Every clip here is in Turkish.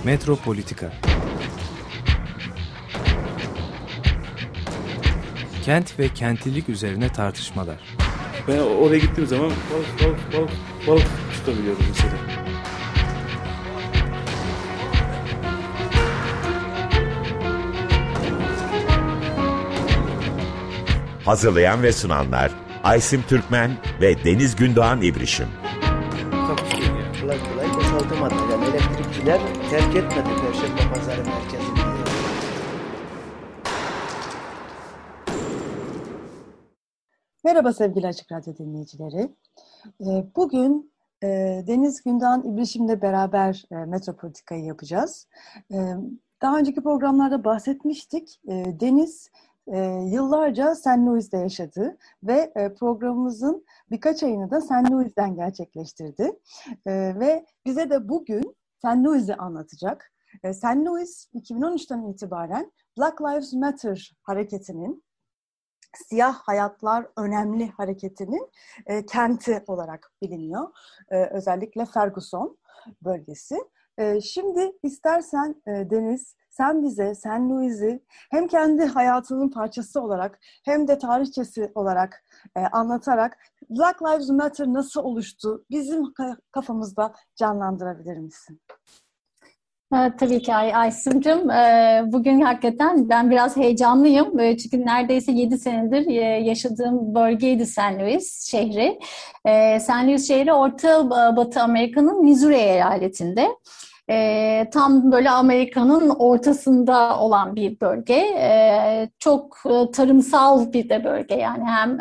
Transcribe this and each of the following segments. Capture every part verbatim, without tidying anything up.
Metropolitika. Kent ve kentlilik üzerine tartışmalar. Ben oraya gittiğim zaman balık balık balık balık tutabiliyorum mesela. Hazırlayan ve sunanlar Aysim Türkmen ve Deniz Gündoğan İbrişim. Kolay kolay boşaltamadı. Yani elektrikçiler terk etmedi Perşembe Pazarı merkezini. Merhaba sevgili Açık Radyo dinleyicileri. Bugün Deniz Gündoğan İbrişim'le beraber Metropolitika'yı yapacağız. Daha önceki programlarda bahsetmiştik. Deniz yıllarca Saint Louis'te yaşadı ve programımızın birkaç ayını da Saint Louis'ten gerçekleştirdi. Ve bize de bugün Saint Louis'i anlatacak. Saint Louis iki bin on üçten itibaren Black Lives Matter hareketinin, Siyah Hayatlar Önemli hareketinin e, kenti olarak biliniyor. E, özellikle Ferguson bölgesi. E, şimdi istersen e, Deniz, sen bize Saint Louis'i hem kendi hayatının parçası olarak hem de tarihçesi olarak e, anlatarak Black Lives Matter nasıl oluştu bizim kafamızda canlandırabilir misin? Tabii ki Ay Aysim'cim. Bugün hakikaten ben biraz heyecanlıyım. Çünkü neredeyse yedi senedir yaşadığım bölgeydi Saint Louis şehri. Saint Louis şehri Orta Batı Amerika'nın Missouri eyaletinde. Tam böyle Amerika'nın ortasında olan bir bölge. Çok tarımsal bir de bölge, yani hem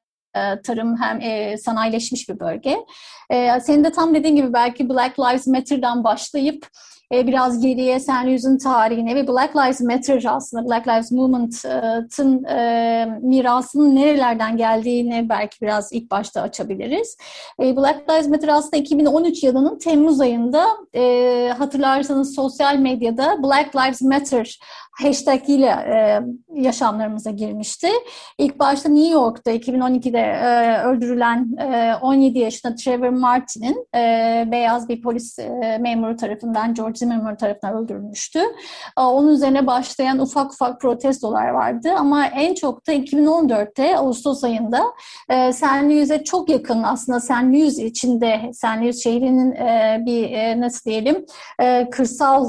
tarım hem sanayileşmiş bir bölge. Senin de tam dediğin gibi belki Black Lives Matter'dan başlayıp biraz geriye Saint Louis'in tarihine ve Black Lives Matter, aslında Black Lives Movement'ın e, mirasının nerelerden geldiğini belki biraz ilk başta açabiliriz. E, Black Lives Matter aslında iki bin on üç yılının Temmuz ayında e, hatırlarsanız sosyal medyada Black Lives Matter hashtag ile e, yaşamlarımıza girmişti. İlk başta New York'ta iki bin on ikide e, öldürülen e, on yedi yaşında Trayvon Martin'in e, beyaz bir polis e, memuru tarafından, George Zimmerman tarafından öldürülmüştü. E, onun üzerine başlayan ufak ufak protestolar vardı ama en çok da iki bin on dörtte Ağustos ayında e, Saint Louis'e çok yakın, aslında Saint Louis içinde, Saint Louis şehrinin e, bir e, nasıl diyelim e, kırsal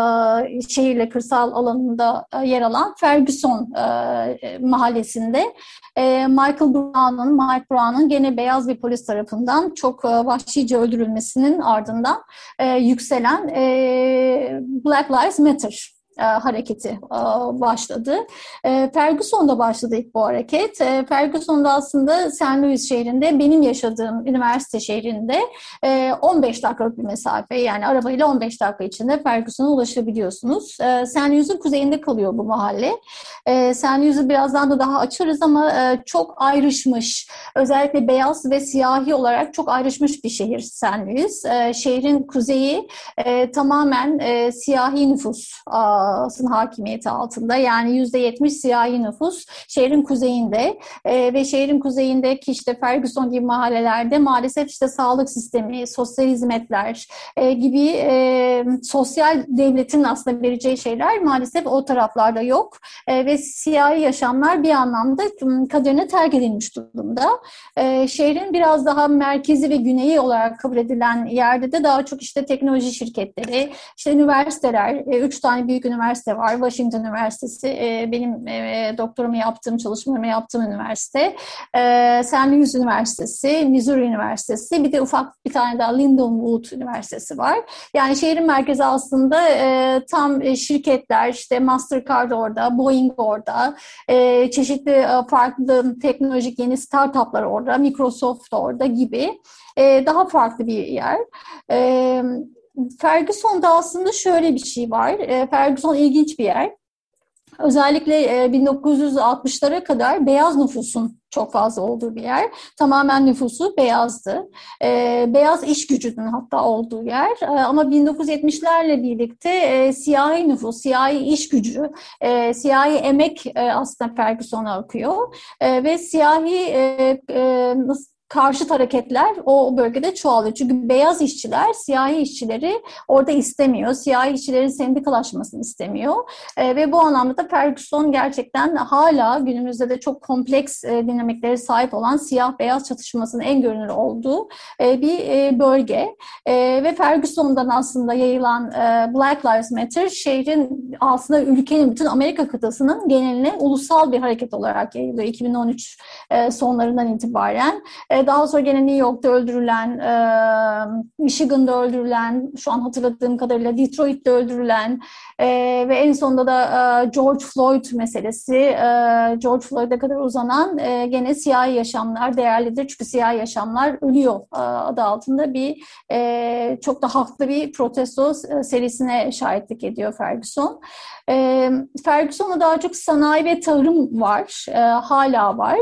e, şehirle kırsal alanında yer alan Ferguson e, mahallesinde e, Michael Brown'un, Mike Brown'un gene beyaz bir polis tarafından çok e, vahşice öldürülmesinin ardından e, yükselen e, Black Lives Matter E, hareketi e, başladı. E, Ferguson'da başladı ilk bu hareket. E, Ferguson'da aslında Saint Louis şehrinde, benim yaşadığım üniversite şehrinde e, on beş dakikalık bir mesafe, yani arabayla on beş dakika içinde Ferguson'a ulaşabiliyorsunuz. E, Saint Louis'in kuzeyinde kalıyor bu mahalle. E, Saint Louis'i birazdan da daha açarız ama e, çok ayrışmış, özellikle beyaz ve siyahi olarak çok ayrışmış bir şehir Saint Louis. E, şehrin kuzeyi e, tamamen e, siyahi nüfus a, hakimiyeti altında, yani yüzde yetmiş siyahi nüfus şehrin kuzeyinde e, ve şehrin kuzeyindeki işte Ferguson gibi mahallelerde maalesef işte sağlık sistemi, sosyal hizmetler e, gibi e, sosyal devletin aslında vereceği şeyler maalesef o taraflarda yok e, ve siyahi yaşamlar bir anlamda kaderine terk edilmiş durumda. E, şehrin biraz daha merkezi ve güneyi olarak kabul edilen yerde de daha çok işte teknoloji şirketleri, işte üniversiteler, e, üç tane büyük üniversite var. Washington Üniversitesi, e, benim e, doktorumu yaptığım, çalışmalarımı yaptığım üniversite. E, Saint Louis Üniversitesi, Missouri Üniversitesi, bir de ufak bir tane daha Lindenwood Üniversitesi var. Yani şehrin merkezi aslında e, tam e, şirketler, işte Mastercard orada, Boeing orada, e, çeşitli e, farklı teknolojik yeni startuplar orada, Microsoft orada gibi e, daha farklı bir yer. E, Ferguson'da aslında şöyle bir şey var. E, Ferguson ilginç bir yer. Özellikle e, bin dokuz yüz altmışlara kadar beyaz nüfusun çok fazla olduğu bir yer. Tamamen nüfusu beyazdı. E, beyaz iş gücünün hatta olduğu yer. E, ama bin dokuz yüz yetmişlerle birlikte e, siyahi nüfus, siyahi iş gücü, e, siyahi emek e, aslında Ferguson'a akıyor. E, ve siyahi e, e, nasıl karşıt hareketler o bölgede çoğalıyor. Çünkü beyaz işçiler siyahi işçileri orada istemiyor. Siyahi işçilerin sendikalaşmasını istemiyor. E, ve bu anlamda da Ferguson gerçekten hala günümüzde de çok kompleks e, dinamiklere sahip olan siyah-beyaz çatışmasının en görünür olduğu e, bir e, bölge. E, ve Ferguson'dan aslında yayılan e, Black Lives Matter şehrin aslında ülkenin, bütün Amerika kıtasının geneline ulusal bir hareket olarak yayılıyor iki bin on üç e, sonlarından itibaren. Daha sonra gene New York'ta öldürülen, Michigan'da öldürülen, şu an hatırladığım kadarıyla Detroit'te öldürülen ve en sonunda da George Floyd meselesi, George Floyd'a kadar uzanan gene siyahi yaşamlar değerlidir. Çünkü siyahi yaşamlar ölüyor adı altında bir çok da haklı bir protesto serisine şahitlik ediyor Ferguson. E, Ferguson'da daha çok sanayi ve tarım var, e, hala var.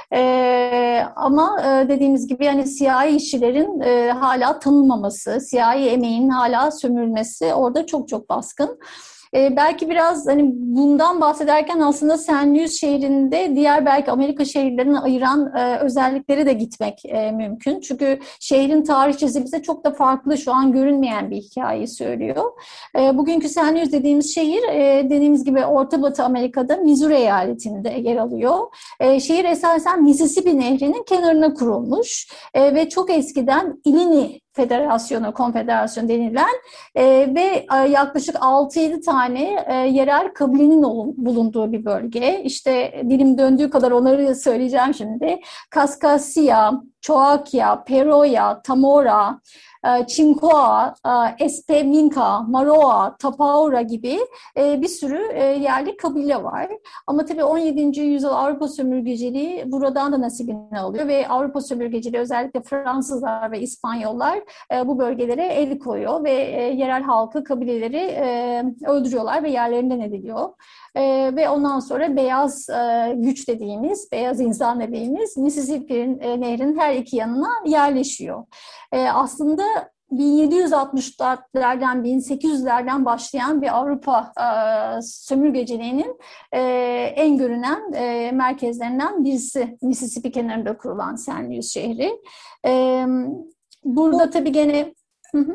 E, ama e, dediğimiz gibi yani siyahi işçilerin e, hala tanınmaması, siyahi emeğin hala sömürülmesi orada çok çok baskın. Ee, belki biraz hani bundan bahsederken aslında Saint Louis şehrinde diğer belki Amerika şehirlerini ayıran e, özellikleri de gitmek e, mümkün. Çünkü şehrin tarihçesi bize çok da farklı, şu an görünmeyen bir hikayeyi söylüyor. E, bugünkü Saint Louis dediğimiz şehir e, dediğimiz gibi Orta Batı Amerika'da Missouri eyaletinde yer alıyor. E, şehir esasen Mississippi Nehri'nin kenarına kurulmuş e, ve çok eskiden Illini Federasyonu, Konfederasyon denilen e, ve e, yaklaşık altı yedi tane e, yerel kabilenin bulunduğu bir bölge. İşte dilim döndüğü kadar onları söyleyeceğim şimdi. Kaskasya, Çoakya, Peroya, Tamora, Chincoa, Espeminka, Maroa, Tapaura gibi bir sürü yerli kabile var. Ama tabii on yedinci yüzyıl Avrupa sömürgeciliği buradan da nasibini alıyor ve Avrupa sömürgeciliği özellikle Fransızlar ve İspanyollar bu bölgelere el koyuyor ve yerel halkı, kabileleri öldürüyorlar ve yerlerinden ediliyor. Ee, ve ondan sonra beyaz e, güç dediğimiz, beyaz insan dediğimiz Mississippi e, Nehri'nin her iki yanına yerleşiyor. E, aslında bin yedi yüz altmış dörtlerden bin sekiz yüzlerden başlayan bir Avrupa e, sömürgeciliğinin e, en görünen e, merkezlerinden birisi Mississippi kenarında kurulan Saint Louis şehri. E, burada tabii gene... Hı hı.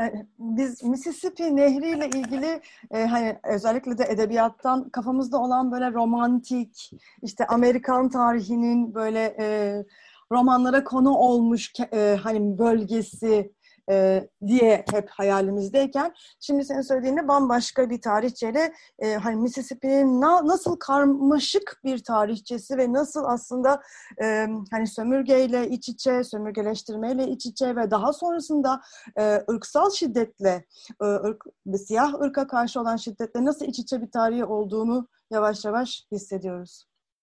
Biz Mississippi Nehri ile ilgili e, hani özellikle de edebiyattan kafamızda olan böyle romantik, işte Amerikan tarihinin böyle e, romanlara konu olmuş e, hani bölgesi e, diye hep hayalimizdeyken, şimdi senin söylediğinde bambaşka bir tarihçeyle e, hani Mississippi'nin na, nasıl karmaşık bir tarihçesi ve nasıl aslında e, hani sömürgeyle iç içe, sömürgeleştirmeyle iç içe ve daha sonrasında e, ırksal şiddetle, e, ırk, siyah ırka karşı olan şiddetle nasıl iç içe bir tarihi olduğunu yavaş yavaş hissediyoruz.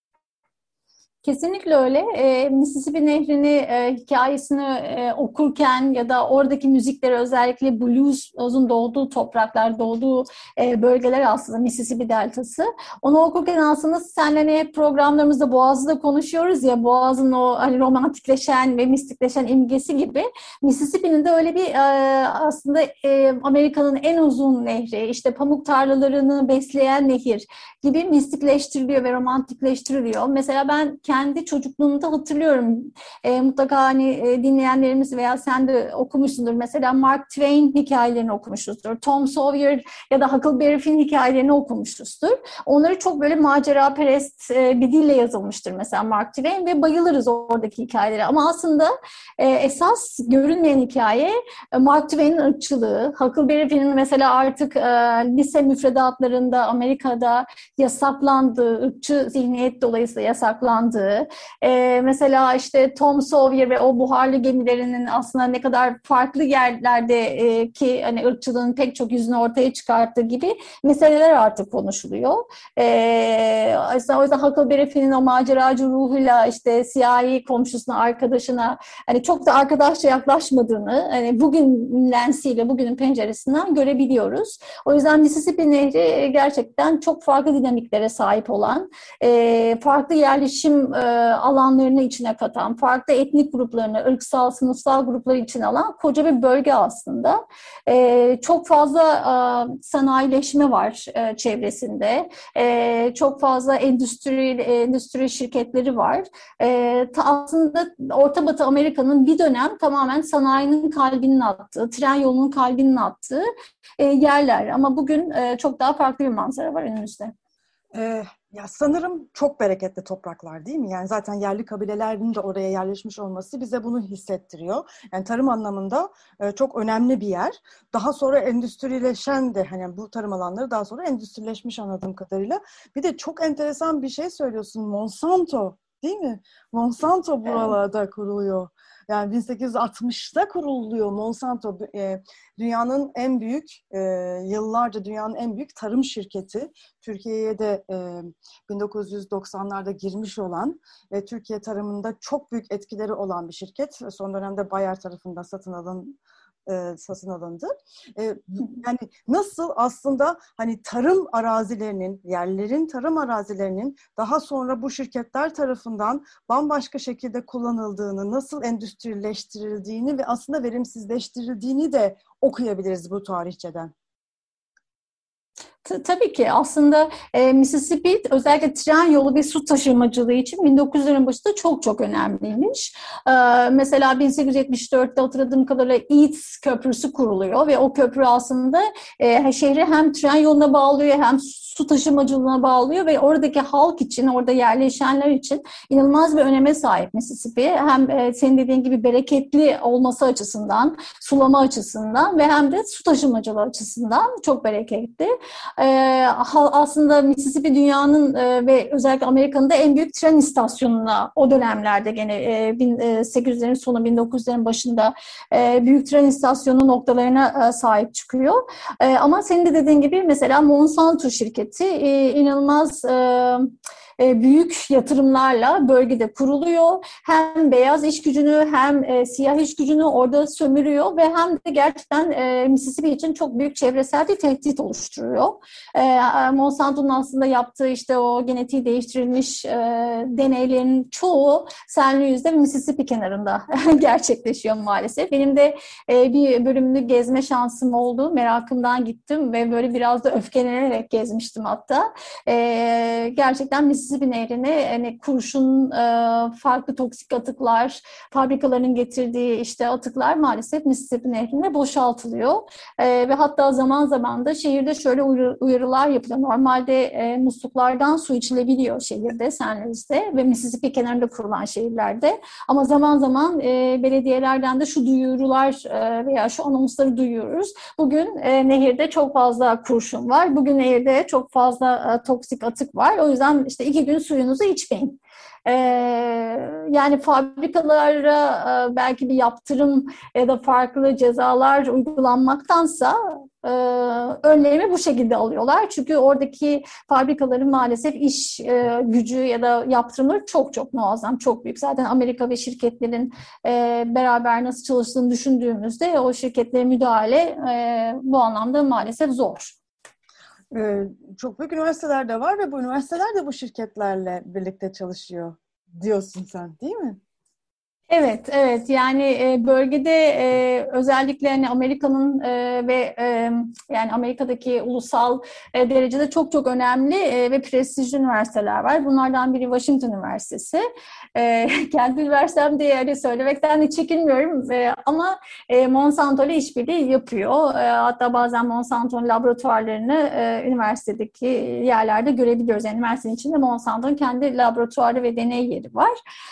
Kesinlikle öyle. E, Mississippi Nehri'ni e, hikayesini e, okurken ya da oradaki müzikleri, özellikle blues'un doğduğu topraklar, doğduğu e, bölgeler aslında Mississippi Deltası. Onu okurken aslında seninle hep programlarımızda Boğaz'ı da konuşuyoruz ya, Boğaz'ın o hani romantikleşen ve mistikleşen imgesi gibi Mississippi'nin de öyle bir e, aslında e, Amerika'nın en uzun nehri, işte pamuk tarlalarını besleyen nehir gibi mistikleştiriliyor ve romantikleştiriliyor. Mesela ben kendi çocukluğumda hatırlıyorum. E, mutlaka hani e, dinleyenlerimiz veya sen de okumuşsundur. Mesela Mark Twain hikayelerini okumuşuzdur. Tom Sawyer ya da Huckleberry Finn hikayelerini okumuşuzdur. Onları çok böyle maceraperest e, bir dille yazılmıştır mesela Mark Twain ve bayılırız oradaki hikayeleri. Ama aslında e, esas görünmeyen hikaye e, Mark Twain'in ırkçılığı. Huckleberry Finn'in mesela artık e, lise müfredatlarında Amerika'da yasaklandığı, ırkçı zihniyet dolayısıyla yasaklandığı, Ee, mesela işte Tom Sawyer ve o buharlı gemilerinin aslında ne kadar farklı yerlerde e, ki hani ırkçılığın pek çok yüzünü ortaya çıkarttığı gibi meseleler artık konuşuluyor. Ee, aslında o yüzden Huckleberry Finn'in o maceracı ruhuyla işte siyahi komşusuna, arkadaşına hani çok da arkadaşça yaklaşmadığını hani bugün lensiyle, bugünün penceresinden görebiliyoruz. O yüzden Mississippi Nehri gerçekten çok farklı dinamiklere sahip olan, e, farklı yerleşim tarım e, alanlarını içine katan, farklı etnik gruplarını, ırksal, sınıfsal grupları içine alan koca bir bölge aslında. E, çok fazla e, sanayileşme var e, çevresinde. E, çok fazla endüstri, endüstri şirketleri var. E, ta, aslında Orta Batı Amerika'nın bir dönem tamamen sanayinin kalbinin attığı, tren yolunun kalbinin attığı e, yerler. Ama bugün e, çok daha farklı bir manzara var önümüzde. Ee, ya sanırım çok bereketli topraklar değil mi? Yani zaten yerli kabilelerin de oraya yerleşmiş olması bize bunu hissettiriyor. Yani tarım anlamında e, çok önemli bir yer. Daha sonra endüstrileşen de hani bu tarım alanları daha sonra endüstrileşmiş anladığım kadarıyla. Bir de çok enteresan bir şey söylüyorsun. Monsanto değil mi? Monsanto buralarda kuruluyor. Yani bin sekiz yüz altmışta kuruluyor Monsanto. E, dünyanın en büyük, e, yıllarca dünyanın en büyük tarım şirketi. Türkiye'ye de e, bin dokuz yüz doksanlarda girmiş olan ve Türkiye tarımında çok büyük etkileri olan bir şirket. Son dönemde Bayer tarafından satın alın. E, satın alındı. E, yani nasıl aslında hani tarım arazilerinin, yerlerin tarım arazilerinin daha sonra bu şirketler tarafından bambaşka şekilde kullanıldığını, nasıl endüstrileştirildiğini ve aslında verimsizleştirildiğini de okuyabiliriz bu tarihçeden. Tabii ki aslında e, Mississippi özellikle tren yolu ve su taşımacılığı için bin dokuz yüzlerin başında çok çok önemliymiş. E, mesela bin sekiz yüz yetmiş dörtte hatırladığım kadarıyla Eads Köprüsü kuruluyor ve o köprü aslında e, şehri hem tren yoluna bağlıyor hem su taşımacılığına bağlıyor ve oradaki halk için, orada yerleşenler için inanılmaz bir öneme sahip Mississippi. Hem e, senin dediğin gibi bereketli olması açısından, sulama açısından ve hem de su taşımacılığı açısından çok bereketli. Ee, aslında Mississippi dünyanın e, ve özellikle Amerika'nın da en büyük tren istasyonuna o dönemlerde gene e, bin sekiz yüzlerin sonu bin dokuz yüzlerin başında e, büyük tren istasyonu noktalarına e, sahip çıkıyor. E, ama senin de dediğin gibi mesela Monsanto şirketi e, inanılmaz e, büyük yatırımlarla bölgede kuruluyor. Hem beyaz iş gücünü hem e, siyah iş gücünü orada sömürüyor ve hem de gerçekten e, Mississippi için çok büyük çevresel bir tehdit oluşturuyor. E, Monsanto'nun aslında yaptığı işte o genetiği değiştirilmiş e, deneylerin çoğu Saint Louis'de Mississippi kenarında gerçekleşiyor maalesef. Benim de e, bir bölümünü gezme şansım oldu. Merakımdan gittim ve böyle biraz da öfkelenerek gezmiştim hatta. E, gerçekten Mississippi Mississippi Nehri'ne hani kurşun, farklı toksik atıklar, fabrikaların getirdiği işte atıklar maalesef Mississippi Nehri'ne boşaltılıyor. Ve hatta zaman zaman da şehirde şöyle uyarılar yapılıyor. Normalde musluklardan su içilebiliyor şehirde, Saint Louis'te ve Mississippi kenarında kurulan şehirlerde. Ama zaman zaman belediyelerden de şu duyurular veya şu anonsları duyuyoruz. Bugün nehirde çok fazla kurşun var. Bugün nehirde çok fazla toksik atık var. O yüzden işte iki gün suyunuzu içmeyin. Ee, yani fabrikalara e, belki bir yaptırım ya da farklı cezalar uygulanmaktansa e, önlemi bu şekilde alıyorlar. Çünkü oradaki fabrikaların maalesef iş e, gücü ya da yaptırımları çok çok muazzam, çok büyük. Zaten Amerika ve şirketlerin e, beraber nasıl çalıştığını düşündüğümüzde o şirketlere müdahale e, bu anlamda maalesef zor. Ee, çok büyük üniversiteler de var ve bu üniversiteler de bu şirketlerle birlikte çalışıyor diyorsun sen, değil mi? Evet, evet. Yani bölgede özellikle hani Amerika'nın ve yani Amerika'daki ulusal derecede çok çok önemli ve prestijli üniversiteler var. Bunlardan biri Washington Üniversitesi. Kendi üniversitemde yani söylemekten de çekinmiyorum ama Monsanto ile işbirliği yapıyor. Hatta bazen Monsanto'nun laboratuvarlarını üniversitedeki yerlerde görebiliyoruz. Yani üniversitenin içinde Monsanto'nun kendi laboratuvarı ve deney yeri var.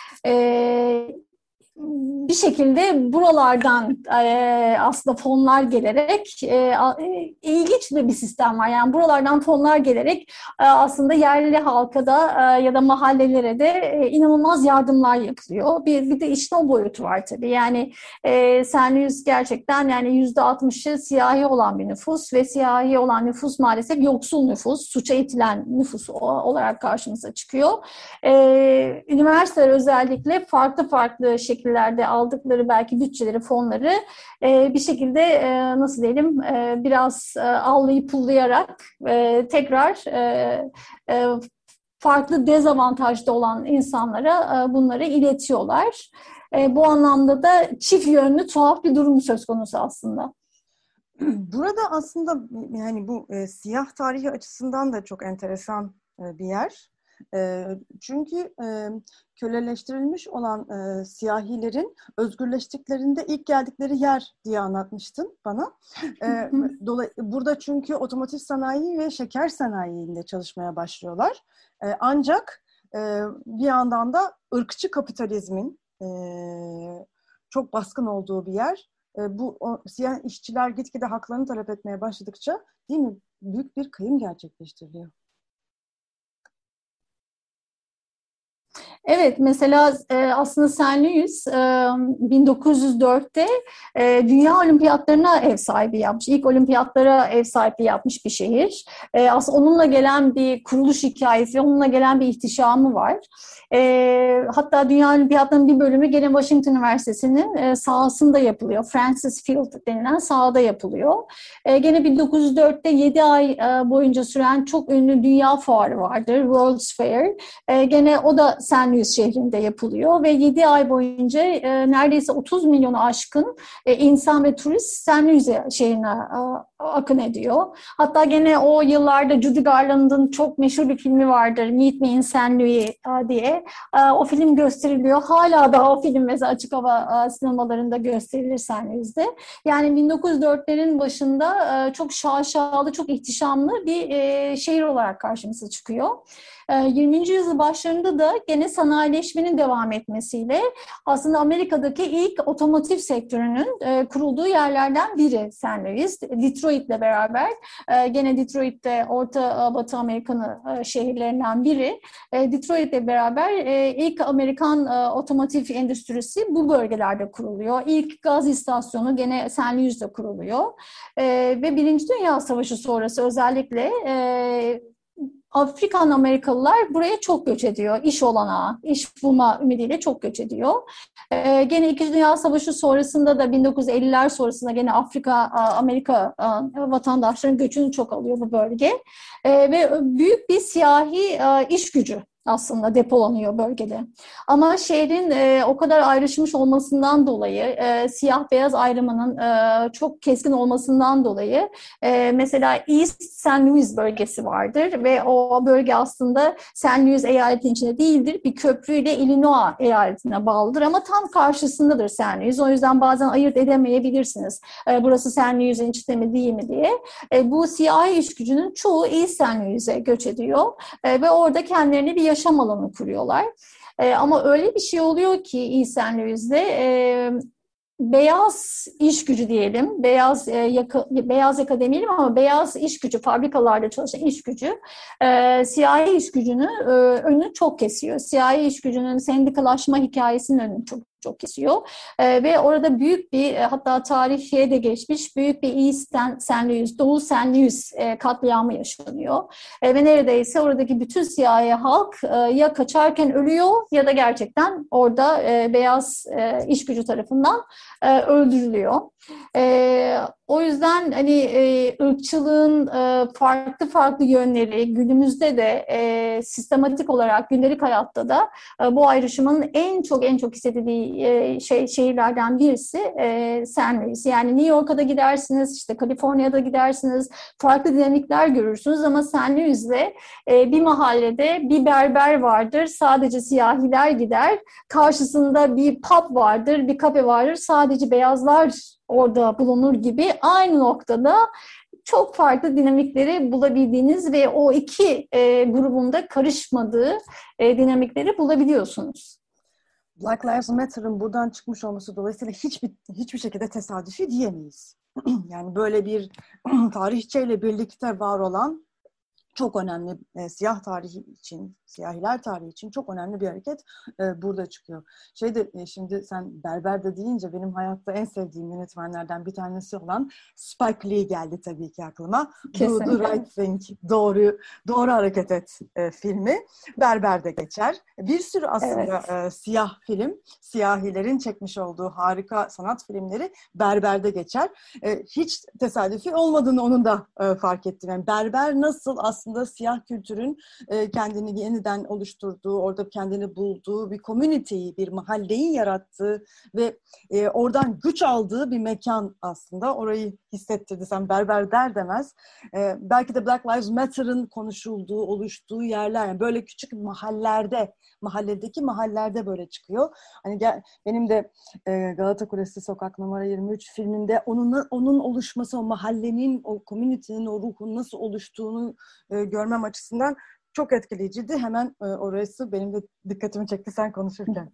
Bir şekilde buralardan e, aslında fonlar gelerek e, ilginç bir sistem var. Yani buralardan fonlar gelerek e, aslında yerli halka da e, ya da mahallelere de e, inanılmaz yardımlar yapılıyor. Bir, bir de işin o boyutu var tabii. Yani e, Saint Louis gerçekten yani yüzde altmışı siyahi olan bir nüfus ve siyahi olan nüfus maalesef yoksul nüfus, suça itilen nüfus olarak karşımıza çıkıyor. E, üniversiteler özellikle farklı farklı şekillerde aldıkları belki bütçeleri, fonları e, bir şekilde e, nasıl diyelim e, biraz e, allayıp pullayarak e, tekrar e, e, farklı dezavantajda olan insanlara bunları iletiyorlar. Bu anlamda da çift yönlü tuhaf bir durum söz konusu aslında. Burada aslında yani bu e, siyah tarihi açısından da çok enteresan e, bir yer. E, çünkü e, köleleştirilmiş olan e, siyahilerin özgürleştiklerinde ilk geldikleri yer diye anlatmıştın bana. E, dola- burada çünkü otomotiv sanayi ve şeker sanayinde çalışmaya başlıyorlar. E, ancak e, bir yandan da ırkçı kapitalizmin e, çok baskın olduğu bir yer. Bu o, siyah işçiler gitgide haklarını talep etmeye başladıkça değil mi büyük bir kıyım gerçekleştiriliyor. Evet, mesela aslında Saint Louis bin dokuz yüz dörtte Dünya Olimpiyatlarına ev sahibi yapmış. İlk olimpiyatlara ev sahipliği yapmış bir şehir. Aslında onunla gelen bir kuruluş hikayesi, onunla gelen bir ihtişamı var. Hatta Dünya Olimpiyatlarının bir bölümü gene Washington Üniversitesi'nin sahasında yapılıyor. Francis Field denilen sahada yapılıyor. Gene bin dokuz yüz dörtte yedi ay boyunca süren çok ünlü dünya fuarı vardır, World's Fair. Gene o da Saint Louis şehrinde yapılıyor ve yedi ay boyunca e, neredeyse otuz milyonu aşkın e, insan ve turist Saint Louis şehrine e, akın ediyor. Hatta gene o yıllarda Judy Garland'ın çok meşhur bir filmi vardır, Meet Me in Saint Louis e, diye. E, o film gösteriliyor. Hala da o film mesela açık hava e, sinemalarında gösterilir Saint Louis'de. Yani bin dokuz yüz dörtlerin başında e, çok şaşalı, çok ihtişamlı bir e, şehir olarak karşımıza çıkıyor. yirminci yüzyıl başlarında da gene sanayileşmenin devam etmesiyle aslında Amerika'daki ilk otomotiv sektörünün e, kurulduğu yerlerden biri Saint Louis. Detroit'le beraber e, gene Detroit'te Orta Batı Amerika'nın e, şehirlerinden biri. E, Detroit'le beraber e, ilk Amerikan e, otomotiv endüstrisi bu bölgelerde kuruluyor. İlk gaz istasyonu gene Saint Louis'te kuruluyor. E, ve Birinci Dünya Savaşı sonrası özellikle e, Afrikan Amerikalılar buraya çok göç ediyor. İş olanağı, iş bulma ümidiyle çok göç ediyor. Ee, gene İkinci Dünya Savaşı sonrasında da bin dokuz yüz elliler sonrasında gene Afrika, Amerika vatandaşlarının göçünü çok alıyor bu bölge. Ee, ve büyük bir siyahi iş gücü aslında depolanıyor bölgede. Ama şehrin e, o kadar ayrışmış olmasından dolayı, e, siyah-beyaz ayrımının e, çok keskin olmasından dolayı e, mesela East Saint Louis bölgesi vardır ve o bölge aslında Saint Louis eyaletinin içinde değildir. Bir köprüyle Illinois eyaletine bağlıdır ama tam karşısındadır Saint Louis. O yüzden bazen ayırt edemeyebilirsiniz. E, burası Saint Louis'in içinde mi değil mi diye. E, bu siyahi iş gücünün çoğu East Saint Louis'e göç ediyor e, ve orada kendilerini bir yaşam alanı kuruyorlar. E, ama öyle bir şey oluyor ki East Saint Louis'de e, beyaz iş gücü diyelim, beyaz e, yaka, beyaz yaka demeyelim ama beyaz iş gücü, fabrikalarda çalışan iş gücü, e, siyahi iş gücünü e, önünü çok kesiyor. Siyahi iş gücünün sendikalaşma hikayesinin önünü çok çok kesiyor. E, ve orada büyük bir, e, hatta tarihe de geçmiş büyük bir East Saint Louis, Doğu Saint Louis e, katliamı yaşanıyor. E, ve neredeyse oradaki bütün siyahi halk e, ya kaçarken ölüyor ya da gerçekten orada e, beyaz e, iş gücü tarafından e, öldürülüyor. E, o yüzden hani e, ırkçılığın e, farklı farklı yönleri günümüzde de e, sistematik olarak gündelik hayatta da e, bu ayrışımın en çok en çok hissedildiği e, şey şehirlerden birisi e, Saint Louis. Yani New York'a da gidersiniz, işte Kaliforniya'da gidersiniz, farklı dinamikler görürsünüz ama Saint Louis'de e, bir mahallede bir berber vardır, sadece siyahiler gider. Karşısında bir pub vardır, bir kafe vardır, sadece beyazlar orada bulunur gibi aynı noktada çok farklı dinamikleri bulabildiğiniz ve o iki e, grubun da karışmadığı e, dinamikleri bulabiliyorsunuz. Black Lives Matter'ın buradan çıkmış olması dolayısıyla hiçbir hiçbir şekilde tesadüfi diyemeyiz. Yani böyle bir tarihçeyle birlikte var olan çok önemli, e, siyah tarihi için, siyahiler tarihi için çok önemli bir hareket e, burada çıkıyor. Şeyde e, şimdi sen Berber'de deyince benim hayatta en sevdiğim yönetmenlerden bir tanesi olan Spike Lee geldi tabii ki aklıma. Do the Right Thing, doğru doğru hareket et e, filmi Berber'de geçer. Bir sürü aslında evet. e, siyah film, siyahilerin çekmiş olduğu harika sanat filmleri Berber'de geçer. E, hiç tesadüfi olmadığını onun da e, fark ettim. Yani Berber nasıl aslında aslında siyah kültürün e, kendini yeniden oluşturduğu, orada kendini bulduğu bir community'yi, bir mahalleyi yarattığı ve e, oradan güç aldığı bir mekan aslında. Orayı hissettirdi. Sen berber der demez. E, belki de Black Lives Matter'ın konuşulduğu, oluştuğu yerler. Yani böyle küçük mahallelerde, mahalledeki mahallelerde böyle çıkıyor. Hani gel, benim de e, Galata Kulesi Sokak Numara yirmi üç filminde onun onun oluşması, o mahallenin, o community'nin, o ruhun nasıl oluştuğunu e, görmem açısından çok etkileyiciydi. Hemen e, orası benim de dikkatimi çekti sen konuşurken.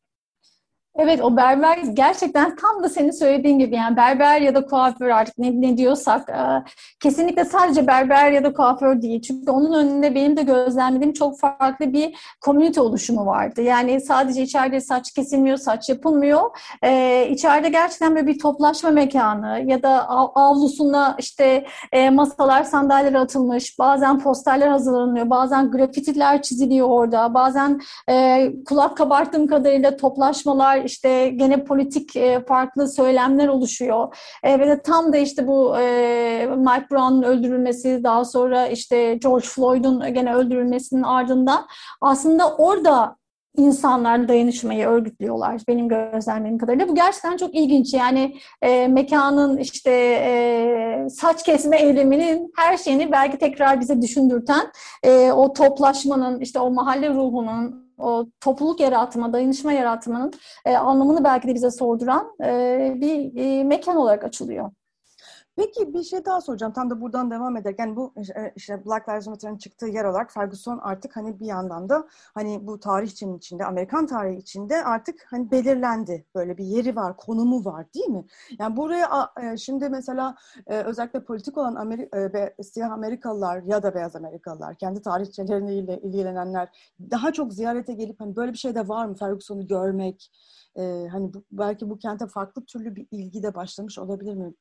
Evet, o berber gerçekten tam da senin söylediğin gibi, yani berber ya da kuaför, artık ne, ne diyorsak e, kesinlikle sadece berber ya da kuaför değil. Çünkü onun önünde benim de gözlemlediğim çok farklı bir komünite oluşumu vardı. Yani sadece içeride saç kesilmiyor, saç yapılmıyor. E, içeride gerçekten böyle bir toplaşma mekanı ya da av, avlusunda işte e, masalar, sandalyeler atılmış, bazen posterler hazırlanıyor, bazen grafitiler çiziliyor orada, bazen e, kulak kabarttığım kadarıyla toplaşmalar, İşte gene politik e, farklı söylemler oluşuyor. E, ve de tam da işte bu e, Mike Brown'un öldürülmesi, daha sonra işte George Floyd'un gene öldürülmesinin ardından aslında orada insanlar dayanışmayı örgütlüyorlar benim gözlemlediğim kadarıyla. Bu gerçekten çok ilginç. Yani e, mekanın işte e, saç kesme eyleminin her şeyini belki tekrar bize düşündürten, e, o toplaşmanın, işte o mahalle ruhunun, o topluluk yaratma, dayanışma yaratmanın e, anlamını belki de bize sorduran e, bir e, mekan olarak açılıyor. Peki bir şey daha soracağım. Tam da buradan devam ederken, yani bu işte Black Lives Matter'ın çıktığı yer olarak Ferguson artık hani bir yandan da hani bu tarihçinin içinde, Amerikan tarihi içinde artık hani belirlendi. Böyle bir yeri var, konumu var, değil mi? Yani buraya şimdi mesela özellikle politik olan Amerika, siyah Amerikalılar ya da beyaz Amerikalılar, kendi tarihçileriyle ilgilenenler daha çok ziyarete gelip hani böyle bir şey de var mı Ferguson'u görmek, hani bu, belki bu kente farklı türlü bir ilgi de başlamış olabilir mi?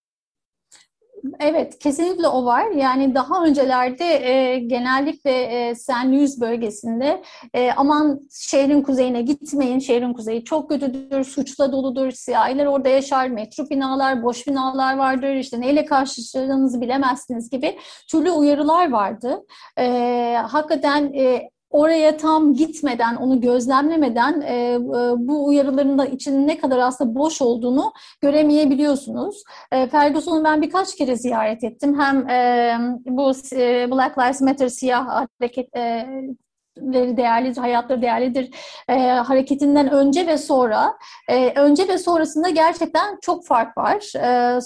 Evet, kesinlikle o var. Yani daha öncelerde e, genellikle e, Saint Louis bölgesinde e, aman şehrin kuzeyine gitmeyin, şehrin kuzeyi çok kötüdür, suçla doludur, siyahiler orada yaşar, metro binalar, boş binalar vardır, işte neyle karşılaşacağınızı bilemezsiniz gibi türlü uyarılar vardı. E, hakikaten e, oraya tam gitmeden, onu gözlemlemeden e, bu uyarıların da içinin ne kadar aslında boş olduğunu göremeyebiliyorsunuz. E, Ferguson'u ben birkaç kere ziyaret ettim. Hem e, bu e, Black Lives Matter siyah hareket e, değerlidir, hayatları değerlidir e, hareketinden önce ve sonra. E, önce ve sonrasında gerçekten çok fark var. E,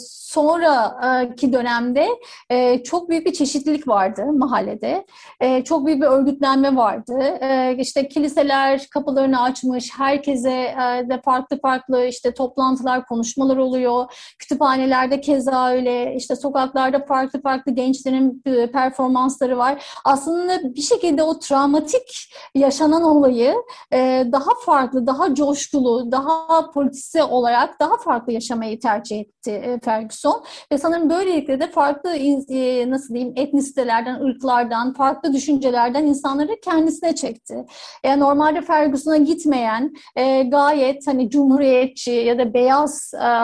sonraki dönemde e, çok büyük bir çeşitlilik vardı mahallede. E, çok büyük bir örgütlenme vardı. E, işte kiliseler kapılarını açmış, herkese e, de farklı farklı işte toplantılar, konuşmalar oluyor. Kütüphanelerde keza öyle, işte sokaklarda farklı farklı gençlerin e, performansları var. Aslında bir şekilde o travmatik yaşanan olayı e, daha farklı, daha coşkulu, daha politize olarak daha farklı yaşamayı tercih etti e, Ferguson. Ve sanırım böylelikle de farklı e, nasıl diyeyim etnisitelerden, ırklardan, farklı düşüncelerden insanları kendisine çekti. Yani normalde Ferguson'a gitmeyen e, gayet hani cumhuriyetçi ya da beyaz e,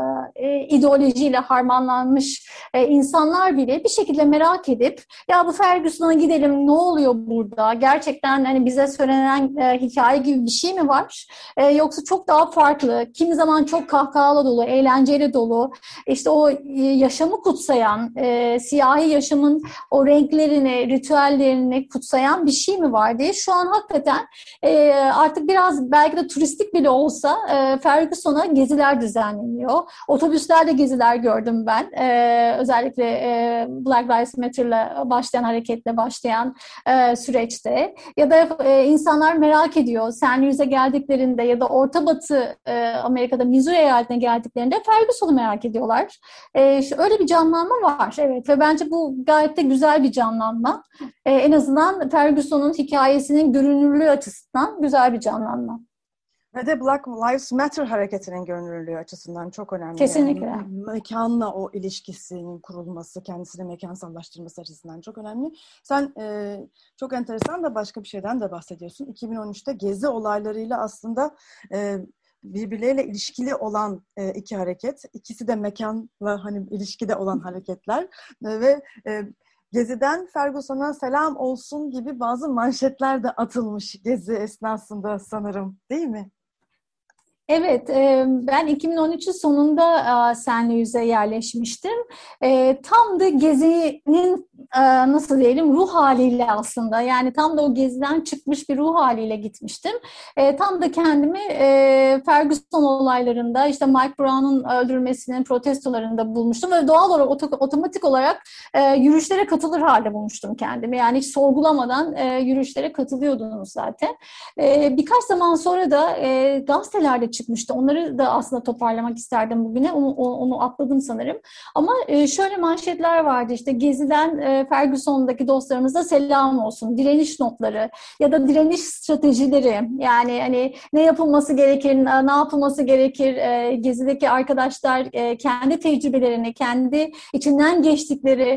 e, ideolojiyle harmanlanmış e, insanlar bile bir şekilde merak edip ya bu Ferguson'a gidelim, ne oluyor burada? Gerçekten hani bize söylenen e, hikaye gibi bir şey mi var? E, yoksa çok daha farklı, kimi zaman çok kahkahalı dolu, eğlenceyle dolu, işte o e, yaşamı kutsayan, e, siyahi yaşamın o renklerini, ritüellerini kutsayan bir şey mi var diye şu an hakikaten e, artık biraz belki de turistik bile olsa e, Ferguson'a geziler düzenleniyor. Otobüslerde geziler gördüm ben. E, özellikle e, Black Lives Matter'la başlayan, hareketle başlayan e, süreçte. Ya da e, insanlar merak ediyor. Saint Louis'e geldiklerinde ya da Orta Batı e, Amerika'da Missouri eyaletine geldiklerinde Ferguson'u merak ediyorlar. E, işte öyle bir canlanma var. Evet, ve bence bu gayet de güzel bir canlanma. E, en azından Ferguson'un hikayesinin görünürlüğü açısından güzel bir canlanma. Ve de Black Lives Matter hareketinin görünürlüğü açısından çok önemli. Kesinlikle. Yani mekanla o ilişkisinin kurulması, kendisine mekansallaştırması açısından çok önemli. Sen e, çok enteresan da başka bir şeyden de bahsediyorsun. iki bin on üçte Gezi olaylarıyla aslında e, birbirleriyle ilişkili olan e, iki hareket. İkisi de mekanla hani ilişkide olan hareketler. E, ve e, Gezi'den Ferguson'a selam olsun gibi bazı manşetler de atılmış Gezi esnasında sanırım, değil mi? Evet, e, ben iki bin on üçün sonunda e, Saint Louis'e yerleşmiştim. E, tam da Gezi'nin e, nasıl diyelim ruh haliyle aslında, yani tam da o Gezi'den çıkmış bir ruh haliyle gitmiştim. E, tam da kendimi e, Ferguson olaylarında, işte Mike Brown'un öldürülmesinin protestolarında bulmuştum ve doğal olarak oto- otomatik olarak e, yürüyüşlere katılır halde bulmuştum kendimi. Yani hiç sorgulamadan e, yürüyüşlere katılıyordunuz zaten. E, birkaç zaman sonra da e, gazetelerde çıkmıştı. Onları da aslında toparlamak isterdim bugüne. Onu, onu atladım sanırım. Ama şöyle manşetler vardı. İşte Gezi'den Ferguson'daki dostlarımıza selam olsun. Direniş notları ya da direniş stratejileri. Yani hani ne yapılması gerekir, ne yapılması gerekir. Gezi'deki arkadaşlar kendi tecrübelerini, kendi içinden geçtikleri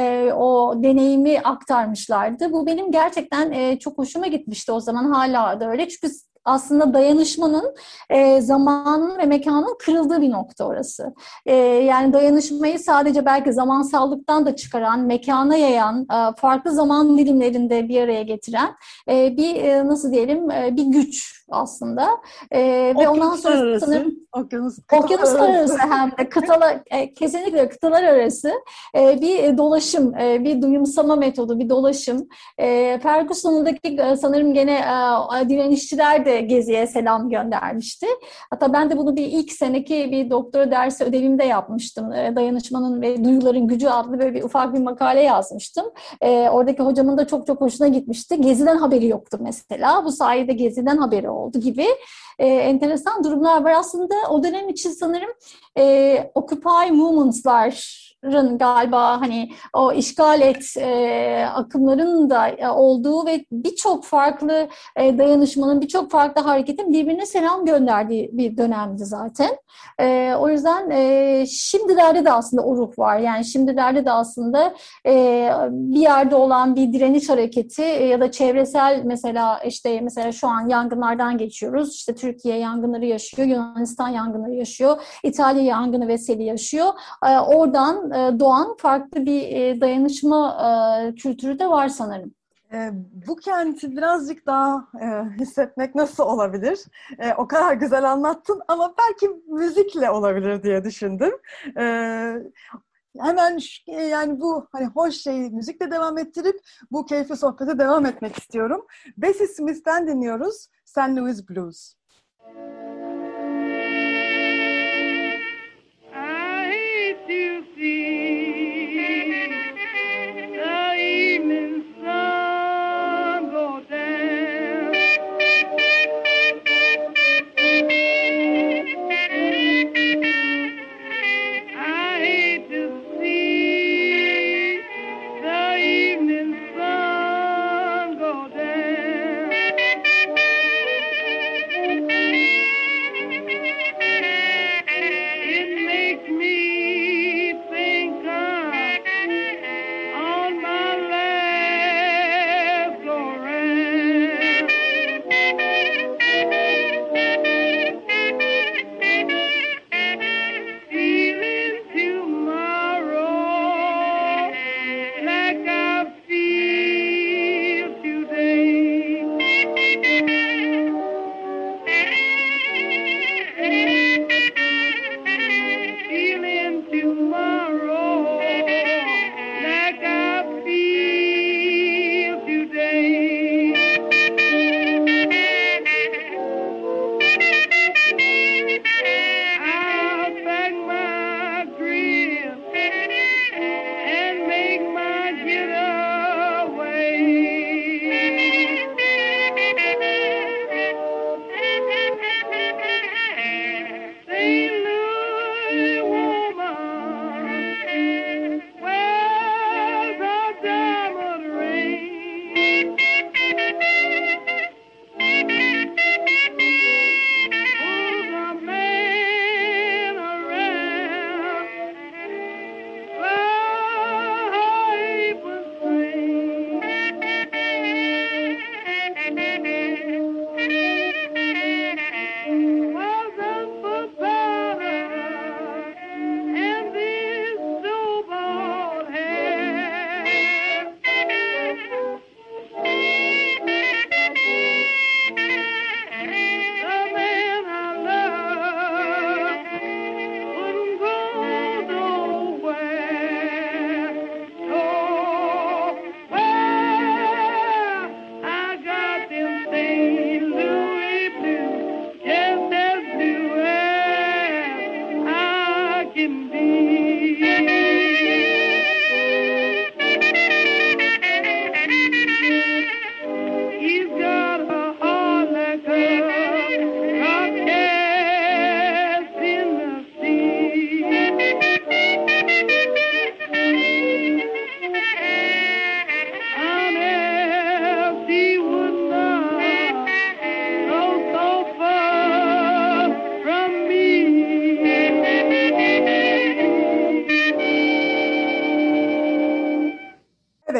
o deneyimi aktarmışlardı. Bu benim gerçekten çok hoşuma gitmişti o zaman. Hala da öyle. Çünkü aslında dayanışmanın e, zamanın ve mekanın kırıldığı bir nokta orası. E, yani dayanışmayı sadece belki zamansallıktan da çıkaran, mekana yayan, e, farklı zaman dilimlerinde bir araya getiren e, bir e, nasıl diyelim e, bir güç aslında. E, ve ondan sonra arası, sanırım okyanus, okyanuslar arası hem de kıtalar, e, kesinlikle kıtalar arası e, bir dolaşım, e, bir duyumsama metodu, bir dolaşım. E, Ferguson'daki e, sanırım gene e, direnişçiler de Gezi'ye selam göndermişti. Hatta ben de bunu bir ilk seneki bir doktora dersi ödevimde yapmıştım. E, Dayanışmanın ve Duyguların Gücü adlı böyle bir ufak bir makale yazmıştım. E, oradaki hocamın da çok çok hoşuna gitmişti. Gezi'den haberi yoktu mesela. Bu sayede Gezi'den haberi oldu gibi e, enteresan durumlar var. Aslında o dönem için sanırım e, Occupy Movements'lar galiba hani o işgal et e, akımların da e, olduğu ve birçok farklı e, dayanışmanın, birçok farklı hareketin birbirine selam gönderdiği bir dönemdi zaten. E, o yüzden e, şimdilerde de aslında o ruh var. Yani şimdilerde de aslında e, bir yerde olan bir direniş hareketi e, ya da çevresel mesela işte mesela şu an yangınlardan geçiyoruz. İşte Türkiye yangınları yaşıyor, Yunanistan yangınları yaşıyor, İtalya yangını ve seli yaşıyor. E, oradan doğan farklı bir dayanışma kültürü de var sanırım. E, bu kenti birazcık daha e, hissetmek nasıl olabilir? E, o kadar güzel anlattın ama belki müzikle olabilir diye düşündüm. E, hemen şu, yani bu hani hoş şeyi müzikle devam ettirip bu keyifli sohbete devam etmek istiyorum. Bessie Smith'ten dinliyoruz Saint Louis Blues.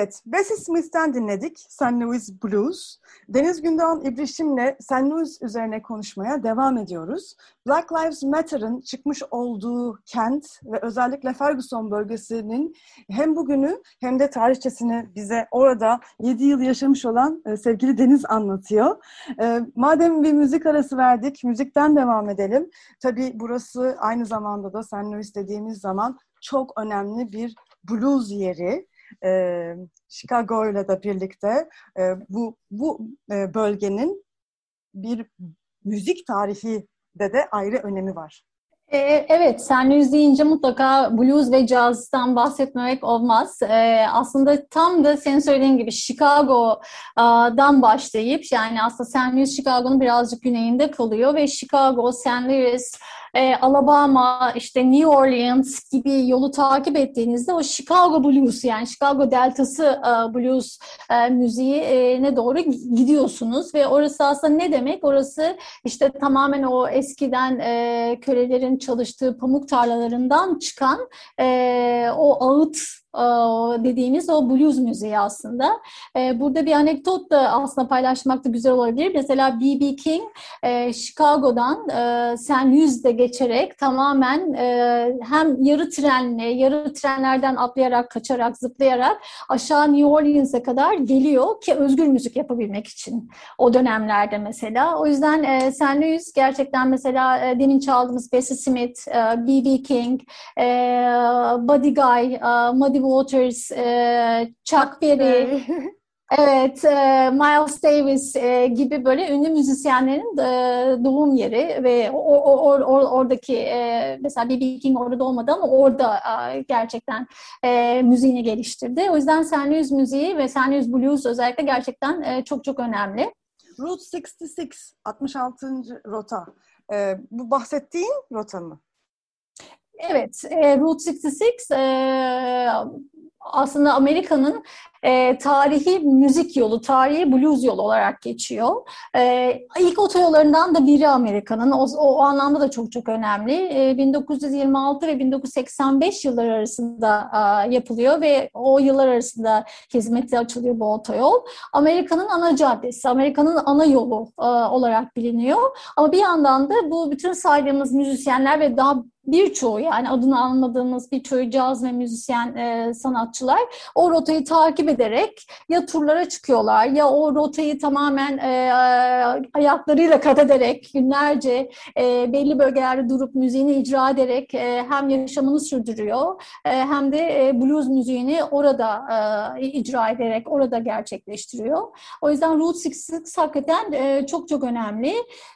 Evet, Bessie Smith'ten dinledik Saint Louis Blues. Deniz Gündoğan İbrişim'le Saint Louis üzerine konuşmaya devam ediyoruz. Black Lives Matter'ın çıkmış olduğu kent ve özellikle Ferguson bölgesinin hem bugünü hem de tarihçesini bize orada yedi yıl yaşamış olan e, sevgili Deniz anlatıyor. E, madem bir müzik arası verdik, müzikten devam edelim. Tabii burası aynı zamanda da Saint Louis dediğimiz zaman çok önemli bir blues yeri. Ee, Chicago ile de birlikte e, bu bu e, bölgenin bir müzik tarihi de de ayrı önemi var. Evet, Saint Louis deyince mutlaka blues ve jazz'tan bahsetmemek olmaz. Ee, aslında tam da senin söylediğin gibi Chicago'dan başlayıp, yani aslında Saint Louis Chicago'nun birazcık güneyinde kalıyor ve Chicago, Saint Louis, e, Alabama, işte New Orleans gibi yolu takip ettiğinizde o Chicago Blues, yani Chicago Deltası e, blues e, müziği e, ne doğru gidiyorsunuz ve orası aslında ne demek? Orası işte tamamen o eskiden e, kölelerin çalıştığı pamuk tarlalarından çıkan e, o ağıt dediğimiz o blues müziği aslında. Burada bir anekdot da aslında paylaşmak da güzel olabilir. Mesela B B. King Chicago'dan Saint Louis'de geçerek tamamen hem yarı trenle, yarı trenlerden atlayarak, kaçarak, zıplayarak aşağı New Orleans'e kadar geliyor ki özgür müzik yapabilmek için o dönemlerde mesela. O yüzden Saint Louis gerçekten mesela demin çaldığımız Bessie Smith, B B. King, Buddy Guy, Muddy Waters, Chuck Berry, evet, Miles Davis gibi böyle ünlü müzisyenlerin doğum yeri ve o, o, or, or, oradaki mesela B B. King orada olmadı ama orada gerçekten müziğini geliştirdi. O yüzden Saint Louis müziği ve Saint Louis Blues özellikle gerçekten çok çok önemli. Route altmış altı, altmış altıncı rota. Bu bahsettiğin rota mı? Evet, e, Route altmış altı e, aslında Amerika'nın e, tarihi müzik yolu, tarihi blues yolu olarak geçiyor. E, ilk otoyollarından da biri Amerika'nın. O, o anlamda da çok çok önemli. E, bin dokuz yüz yirmi altı ve bin dokuz yüz seksen beş yılları arasında e, yapılıyor ve o yıllar arasında hizmete açılıyor bu otoyol. Amerika'nın ana caddesi, Amerika'nın ana yolu e, olarak biliniyor. Ama bir yandan da bu bütün saydığımız müzisyenler ve daha birçoğu, yani adını almadığımız birçoğu caz ve müzisyen e, sanatçılar o rotayı takip ederek ya turlara çıkıyorlar ya o rotayı tamamen e, ayaklarıyla kat ederek günlerce e, belli bölgelerde durup müziğini icra ederek e, hem yaşamını sürdürüyor e, hem de e, blues müziğini orada e, icra ederek orada gerçekleştiriyor. O yüzden Route altmış altı hakikaten e, çok çok önemli.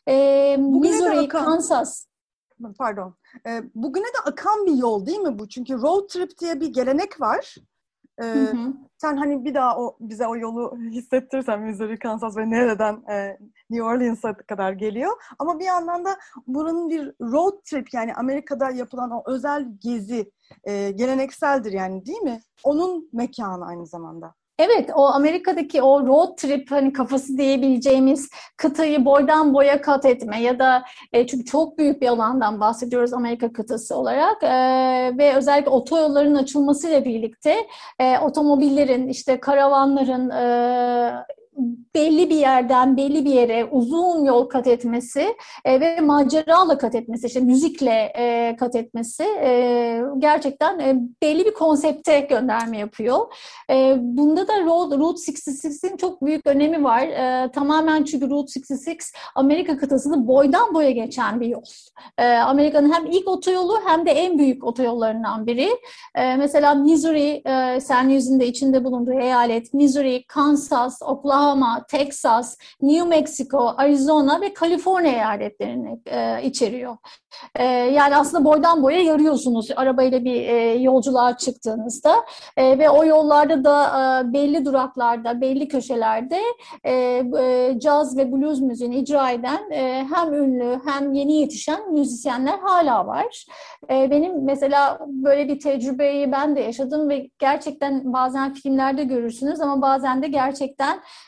E, Missouri, Kansas. Pardon. E, bugüne de akan bir yol değil mi bu? Çünkü road trip diye bir gelenek var. E, hı hı. Sen hani bir daha o bize o yolu hissettirsen Missouri, Kansas ve nereden e, New Orleans'a kadar geliyor. Ama bir yandan da buranın bir road trip, yani Amerika'da yapılan o özel gezi e, gelenekseldir yani, değil mi? Onun mekanı aynı zamanda. Evet, o Amerika'daki o road trip hani kafası diyebileceğimiz kıtayı boydan boya kat etme ya da e, çünkü çok büyük bir alandan bahsediyoruz Amerika kıtası olarak e, ve özellikle otoyolların açılmasıyla birlikte e, otomobillerin, işte karavanların e, belli bir yerden belli bir yere uzun yol kat etmesi e, ve maceralı kat etmesi, işte müzikle e, kat etmesi e, gerçekten e, belli bir konsepte gönderme yapıyor. E, bunda da Road, Route altmış altının çok büyük önemi var. E, tamamen çünkü Route altmış altı Amerika kıtasını boydan boya geçen bir yol. E, Amerika'nın hem ilk otoyolu hem de en büyük otoyollarından biri. E, mesela Missouri, e, Saint Louis'in de içinde bulunduğu eyalet, Missouri, Kansas, Oklahoma, Texas, New Mexico, Arizona ve Kaliforniya eyaletlerini e, içeriyor. E, yani aslında boydan boya yarıyorsunuz arabayla bir e, yolculuğa çıktığınızda e, ve o yollarda da e, belli duraklarda, belli köşelerde e, e, caz ve blues müziğini icra eden e, hem ünlü hem yeni yetişen müzisyenler hala var. E, benim mesela böyle bir tecrübeyi ben de yaşadım ve gerçekten bazen filmlerde görürsünüz ama bazen de gerçekten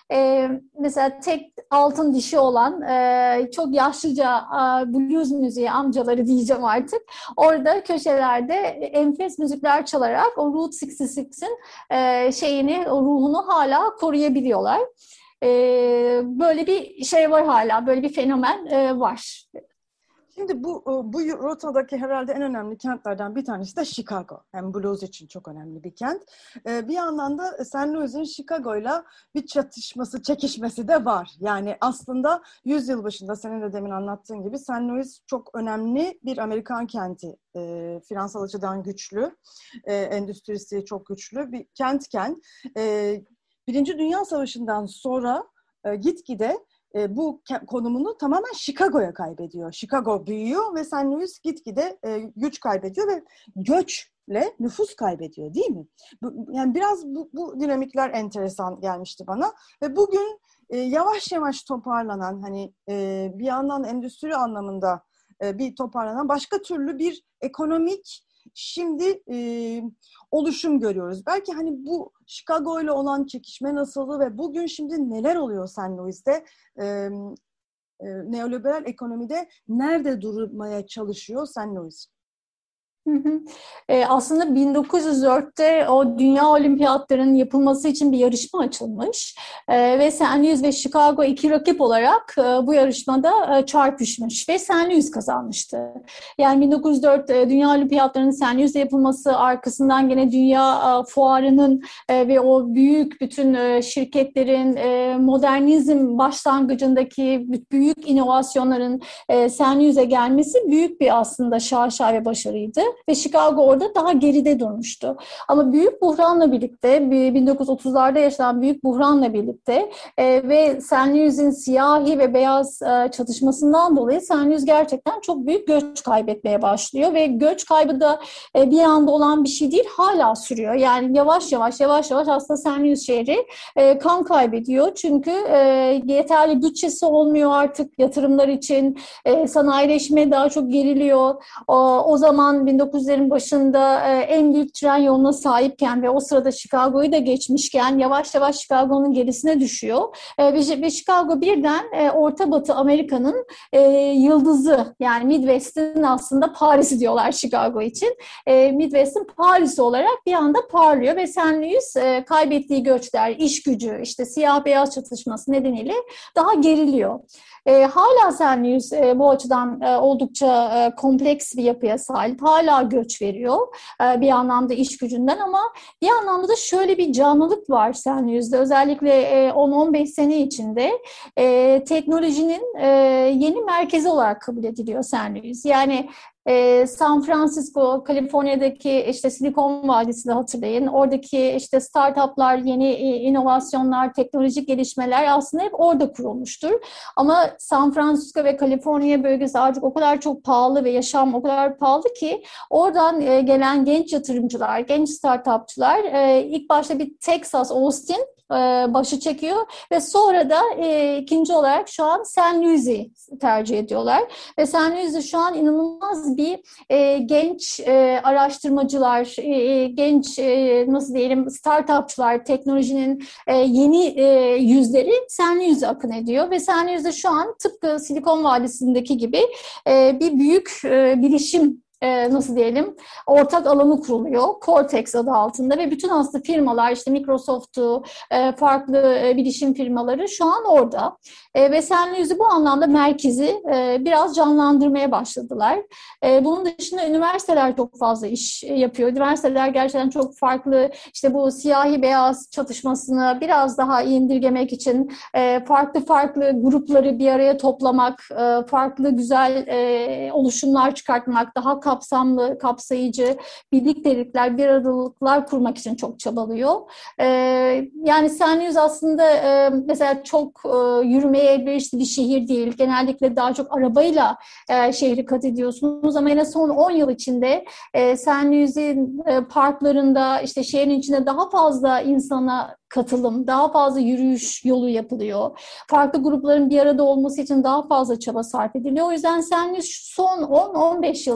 e, mesela tek altın dişi olan e, çok yaşlıca e, blues müziği amcaları diyeceğim artık. Orada köşelerde enfes müzikler çalarak o Route altmış altının e, şeyini, o ruhunu hala koruyabiliyorlar. E, böyle bir şey var hala, böyle bir fenomen e, var. Şimdi bu bu rotadaki herhalde en önemli kentlerden bir tanesi de Chicago. Hem blues için çok önemli bir kent. Bir yandan da Saint Louis'in Chicago'yla bir çatışması, çekişmesi de var. Yani aslında yüzyıl başında senin de demin anlattığın gibi Saint Louis çok önemli bir Amerikan kenti. E, finansal açıdan güçlü, e, endüstrisi çok güçlü bir kentken e, Birinci Dünya Savaşı'ndan sonra e, gitgide E, bu ke- konumunu tamamen Chicago'ya kaybediyor. Chicago büyüyor ve Saint Louis gitgide e, güç kaybediyor ve göçle nüfus kaybediyor, değil mi? Bu, yani biraz bu, bu dinamikler enteresan gelmişti bana ve bugün e, yavaş yavaş toparlanan, hani e, bir yandan endüstri anlamında e, bir toparlanan başka türlü bir ekonomik şimdi e, oluşum görüyoruz. Belki hani bu Chicago ile olan çekişme nasıldı ve bugün şimdi neler oluyor Saint Louis'te? E, e, neoliberal ekonomide nerede durmaya çalışıyor Saint Louis? Hı hı. E, aslında bin dokuz yüz dörtte o Dünya Olimpiyatlarının yapılması için bir yarışma açılmış e, ve Saint Louis ve Chicago iki rakip olarak e, bu yarışmada e, çarpışmış ve Saint Louis kazanmıştı. Yani bin dokuz yüz dört e, Dünya Olimpiyatlarının Saint Louis'te yapılması, arkasından gene Dünya e, Fuarı'nın e, ve o büyük bütün e, şirketlerin e, modernizm başlangıcındaki büyük inovasyonların e, Saint Louis'e gelmesi büyük bir aslında şaşa ve başarıydı. Ve Chicago orada daha geride durmuştu. Ama büyük buhranla birlikte, bin dokuz yüz otuzlarda yaşanan büyük buhranla birlikte e, ve Saint Louis'in siyahi ve beyaz e, çatışmasından dolayı Saint Louis gerçekten çok büyük göç kaybetmeye başlıyor ve göç kaybı da e, bir anda olan bir şey değil, hala sürüyor. Yani yavaş yavaş yavaş yavaş aslında Saint Louis şehri e, kan kaybediyor. Çünkü e, yeterli bütçesi olmuyor artık yatırımlar için. E, sanayileşme daha çok geriliyor. O, o zaman bin dokuz yüzlerin başında e, en büyük tren yoluna sahipken ve o sırada Chicago'yu da geçmişken yavaş yavaş Chicago'nun gerisine düşüyor. E, ve, ve Chicago birden e, Orta Batı Amerika'nın e, yıldızı, yani Midwest'in aslında Paris'i diyorlar Chicago için. E, Midwest'in Paris'i olarak bir anda parlıyor ve Saint Louis e, kaybettiği göçler, iş gücü, işte siyah beyaz çatışması nedeniyle daha geriliyor. E, hala Saint Louis e, bu açıdan e, oldukça e, kompleks bir yapıya sahip. Hala göç veriyor e, bir anlamda iş gücünden, ama bir anlamda da şöyle bir canlılık var Saint Louis'te. Özellikle e, on on beş sene içinde e, teknolojinin e, yeni merkezi olarak kabul ediliyor Saint Louis. Yani Ee, San Francisco, Kaliforniya'daki işte Silikon Vadisi'ni hatırlayın. Oradaki işte startuplar, yeni inovasyonlar, teknolojik gelişmeler aslında hep orada kurulmuştur. Ama San Francisco ve Kaliforniya bölgesi artık o kadar çok pahalı ve yaşam o kadar pahalı ki oradan gelen genç yatırımcılar, genç startupçılar ilk başta bir Texas, Austin başı çekiyor ve sonra da e, ikinci olarak şu an Saint Louis'i tercih ediyorlar. Ve Saint Louis'de şu an inanılmaz bir e, genç e, araştırmacılar, e, genç e, nasıl diyelim startupçılar, teknolojinin e, yeni e, yüzleri Saint Louis'e akın ediyor. Ve Saint Louis'de şu an tıpkı Silikon Vadisi'ndeki gibi e, bir büyük e, bilişim Ee, nasıl diyelim, ortak alanı kuruluyor. Cortex adı altında ve bütün aslında firmalar, işte Microsoft'u, e, farklı e, bilişim firmaları şu an orada. E, ve Saint Louis'i bu anlamda merkezi e, biraz canlandırmaya başladılar. E, bunun dışında üniversiteler çok fazla iş yapıyor. Üniversiteler gerçekten çok farklı, işte bu siyahi beyaz çatışmasını biraz daha indirgemek için e, farklı farklı grupları bir araya toplamak, e, farklı güzel e, oluşumlar çıkartmak, daha kapsamlı, kapsayıcı birliktelikler, bir aralıklar kurmak için çok çabalıyor. Ee, yani Saint Louis aslında e, mesela çok e, yürümeye elverişli bir şehir değil. Genellikle daha çok arabayla e, şehri kat ediyorsunuz ama yine son on yıl içinde e, Saint Louis'in e, parklarında, işte şehrin içinde daha fazla insana katılım, daha fazla yürüyüş yolu yapılıyor. Farklı grupların bir arada olması için daha fazla çaba sarf ediliyor. O yüzden Saint Louis son on on beş yılda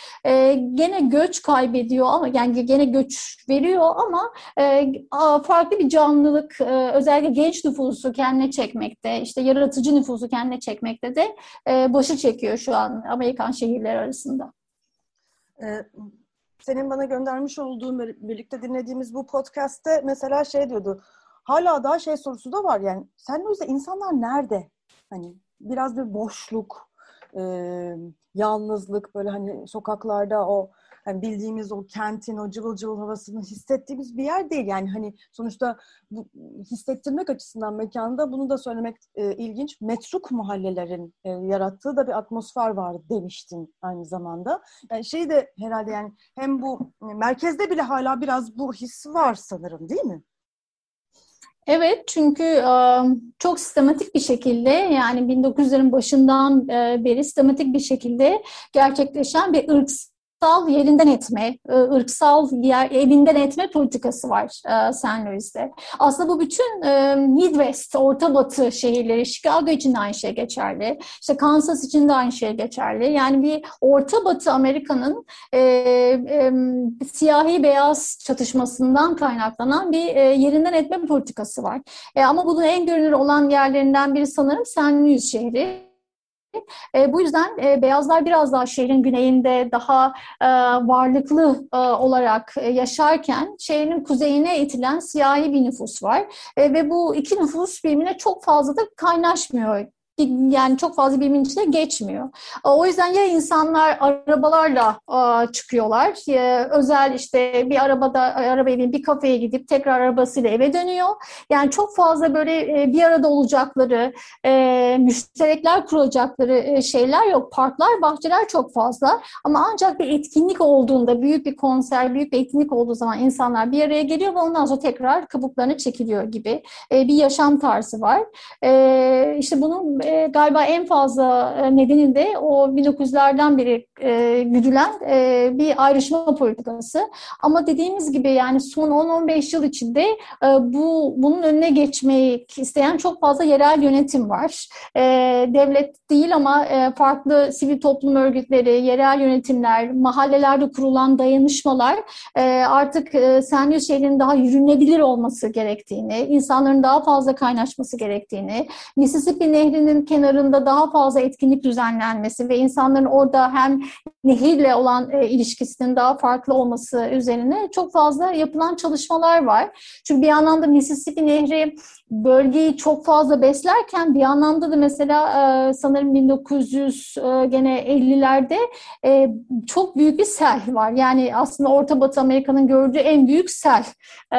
E, gene göç kaybediyor ama yani gene göç veriyor ama e, farklı bir canlılık, e, özellikle genç nüfusu kendine çekmekte, işte yaratıcı nüfusu kendine çekmekte de e, başı çekiyor şu an Amerikan şehirleri arasında. Ee, senin bana göndermiş olduğun, birlikte dinlediğimiz bu podcast'te mesela şey diyordu. Hala daha şey sorusu da var yani. Sen o yüzden insanlar nerede? Hani biraz bir boşluk, e, yalnızlık, böyle hani sokaklarda o hani bildiğimiz o kentin o cıvıl cıvıl havasını hissettiğimiz bir yer değil. Yani hani sonuçta bu, hissettirmek açısından mekanda bunu da söylemek e, ilginç. Metruk mahallelerin e, yarattığı da bir atmosfer var demiştin aynı zamanda. Yani şey de herhalde yani hem bu merkezde bile hala biraz bu his var sanırım, değil mi? Evet, çünkü çok sistematik bir şekilde, yani bin dokuz yüzlerin başından beri sistematik bir şekilde gerçekleşen bir ırksal yerinden etme, ırksal yer, evinden etme politikası var Saint Louis'te. Aslında bu bütün Midwest, Orta Batı şehirleri, Chicago için de aynı şey geçerli, işte Kansas için de aynı şey geçerli. Yani bir Orta Batı Amerika'nın e, e, siyahi beyaz çatışmasından kaynaklanan bir e, yerinden etme politikası var. E, ama bunun en görünür olan yerlerinden biri sanırım Saint Louis şehri. E, bu yüzden e, beyazlar biraz daha şehrin güneyinde daha e, varlıklı e, olarak e, yaşarken şehrin kuzeyine itilen siyahi bir nüfus var. E, ve bu iki nüfus birbirine çok fazla da kaynaşmıyor. Yani çok fazla birbirinin içine geçmiyor. O yüzden ya insanlar arabalarla çıkıyorlar, özel işte bir arabada arabaya binip bir kafeye gidip tekrar arabasıyla eve dönüyor. Yani çok fazla böyle bir arada olacakları, müşterekler kuracakları şeyler yok. Parklar, bahçeler çok fazla ama ancak bir etkinlik olduğunda, büyük bir konser, büyük bir etkinlik olduğu zaman insanlar bir araya geliyor ve ondan sonra tekrar kabuklarını çekiliyor gibi bir yaşam tarzı var. İşte bunun E, galiba en fazla nedeni de o bin dokuz yüzlerden beri e, güdülen e, bir ayrışma politikası. Ama dediğimiz gibi yani son on on beş yıl içinde e, bu bunun önüne geçmeyi isteyen çok fazla yerel yönetim var. E, devlet değil ama e, farklı sivil toplum örgütleri, yerel yönetimler, mahallelerde kurulan dayanışmalar e, artık e, Saint Louis şehrinin daha yürünebilir olması gerektiğini, insanların daha fazla kaynaşması gerektiğini, Mississippi Nehri'nin kenarında daha fazla etkinlik düzenlenmesi ve insanların orada hem nehirle olan e, ilişkisinin daha farklı olması üzerine çok fazla yapılan çalışmalar var. Çünkü bir yandan da Mississippi Nehri bölgeyi çok fazla beslerken bir anlamda da mesela e, sanırım bin dokuz yüz e, gene ellilerde e, çok büyük bir sel var. Yani aslında Orta Batı Amerika'nın gördüğü en büyük sel, e,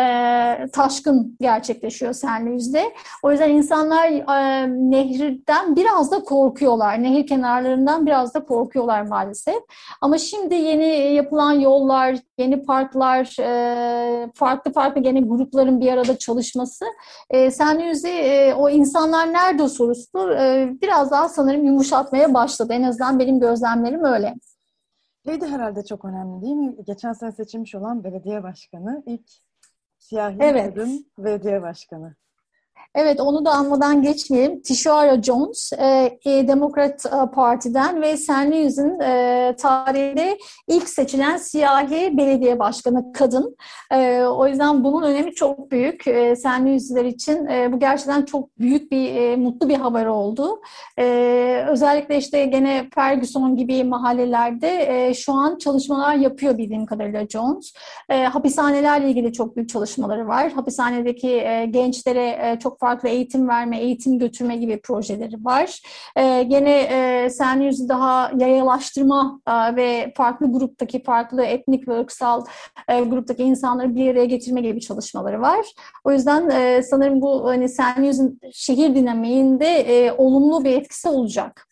taşkın gerçekleşiyor Saint Louis'de. O yüzden insanlar e, nehirden biraz da korkuyorlar. Nehir kenarlarından biraz da korkuyorlar maalesef. Ama şimdi yeni yapılan yollar, yeni parklar, e, farklı farklı gene grupların bir arada çalışması e, Saint Louis'i e, o insanlar nerede sorusu e, biraz daha sanırım yumuşatmaya başladı. En azından benim gözlemlerim öyle. Şey de herhalde çok önemli değil mi? Geçen sene seçilmiş olan belediye başkanı, ilk siyahi evet. kadın belediye başkanı. Evet, onu da anmadan geçmeyelim. Tishaura Jones, e, Demokrat Parti'den ve Saint Louis'in e, tarihinde ilk seçilen siyahi belediye başkanı kadın. E, o yüzden bunun önemi çok büyük. E, Saint Louis'ler için e, bu gerçekten çok büyük bir, e, mutlu bir haber oldu. E, özellikle işte gene Ferguson gibi mahallelerde e, şu an çalışmalar yapıyor bildiğim kadarıyla Jones. E, hapishanelerle ilgili çok büyük çalışmaları var. Hapishanedeki e, gençlere e, çok farklı eğitim verme, eğitim götürme gibi projeleri var. Ee, gene e, Saint Louis'i daha yayalaştırma e, ve farklı gruptaki, farklı etnik ve ırksal e, gruptaki insanları bir araya getirme gibi çalışmaları var. O yüzden e, sanırım bu hani Saint Louis'in şehir dinamiğinde e, olumlu bir etkisi olacak.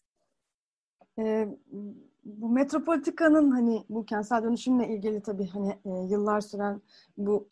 E, bu metropolitikanın hani bu kentsel dönüşümle ilgili tabii hani e, yıllar süren bu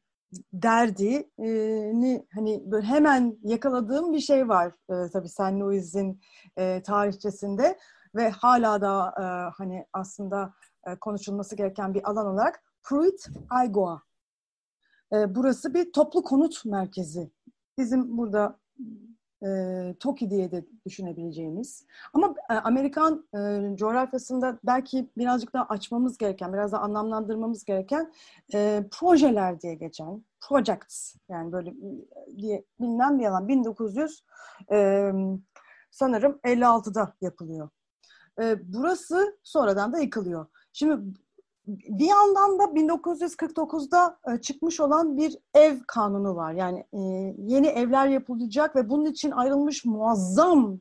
derdini hani böyle hemen yakaladığım bir şey var e, tabii Saint Louis'in e, tarihçesinde ve hala da e, hani aslında e, konuşulması gereken bir alan olarak Pruitt-Igoa. E, burası bir toplu konut merkezi. Bizim burada e, TOKİ diye de düşünebileceğimiz. Ama e, Amerikan e, coğrafyasında belki birazcık daha açmamız gereken, biraz daha anlamlandırmamız gereken e, projeler diye geçen, projects yani böyle diye bilinen bir alan bin dokuz yüz e, sanırım elli altıda yapılıyor. E, burası sonradan da yıkılıyor. Şimdi bir yandan da bin dokuz yüz kırk dokuzda çıkmış olan bir ev kanunu var. Yani yeni evler yapılacak ve bunun için ayrılmış muazzam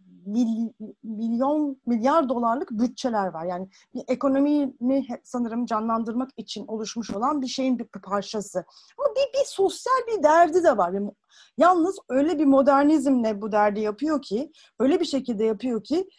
milyon, milyar dolarlık bütçeler var. Yani bir ekonomiyi sanırım canlandırmak için oluşmuş olan bir şeyin bir parçası. Ama bir, bir sosyal bir derdi de var. Yalnız öyle bir modernizmle bu derdi yapıyor ki, öyle bir şekilde yapıyor ki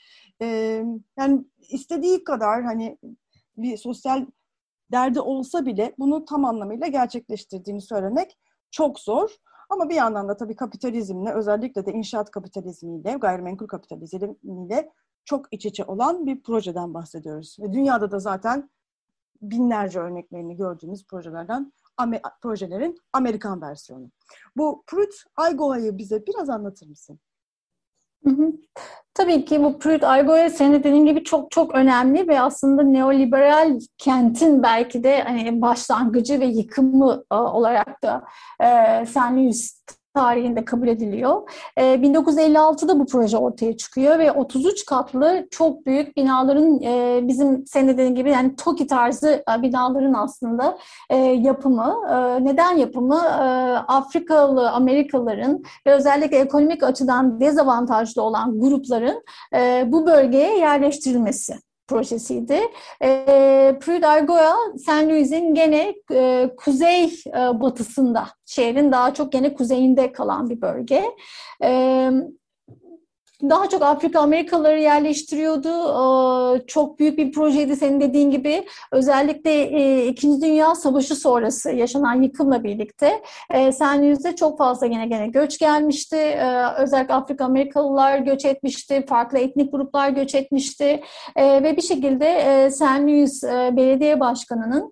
yani istediği kadar hani bir sosyal derdi olsa bile bunu tam anlamıyla gerçekleştirdiğini söylemek çok zor. Ama bir yandan da tabii kapitalizmle, özellikle de inşaat kapitalizmiyle, gayrimenkul kapitalizmiyle çok iç içe olan bir projeden bahsediyoruz. Ve dünyada da zaten binlerce örneklerini gördüğümüz projelerden, projelerin Amerikan versiyonu. Bu Pruitt Igoe'yi bize biraz anlatır mısın? Hı hı. Tabii ki bu Pruitt Igoe senin de dediğin gibi çok çok önemli ve aslında neoliberal kentin belki de hani başlangıcı ve yıkımı olarak da e, Saint Louis tarihinde kabul ediliyor. E, bin dokuz yüz elli altıda bu proje ortaya çıkıyor ve otuz üç katlı çok büyük binaların e, bizim senin dediğin gibi yani TOKİ tarzı e, binaların aslında e, yapımı. E, neden yapımı? E, Afrikalı Amerikalıların ve özellikle ekonomik açıdan dezavantajlı olan grupların e, bu bölgeye yerleştirilmesi projesiydi. E, Pruitt Igoe, Saint Louis'in gene e, kuzey e, batısında, şehrin daha çok gene kuzeyinde kalan bir bölge. E, Daha çok Afrika Amerikalıları yerleştiriyordu. Çok büyük bir projeydi senin dediğin gibi. Özellikle İkinci Dünya Savaşı sonrası yaşanan yıkımla birlikte Saint Louis'te çok fazla gene gene göç gelmişti. Özellikle Afrika Amerikalılar göç etmişti. Farklı etnik gruplar göç etmişti. Ve bir şekilde Saint Louis Belediye Başkanı'nın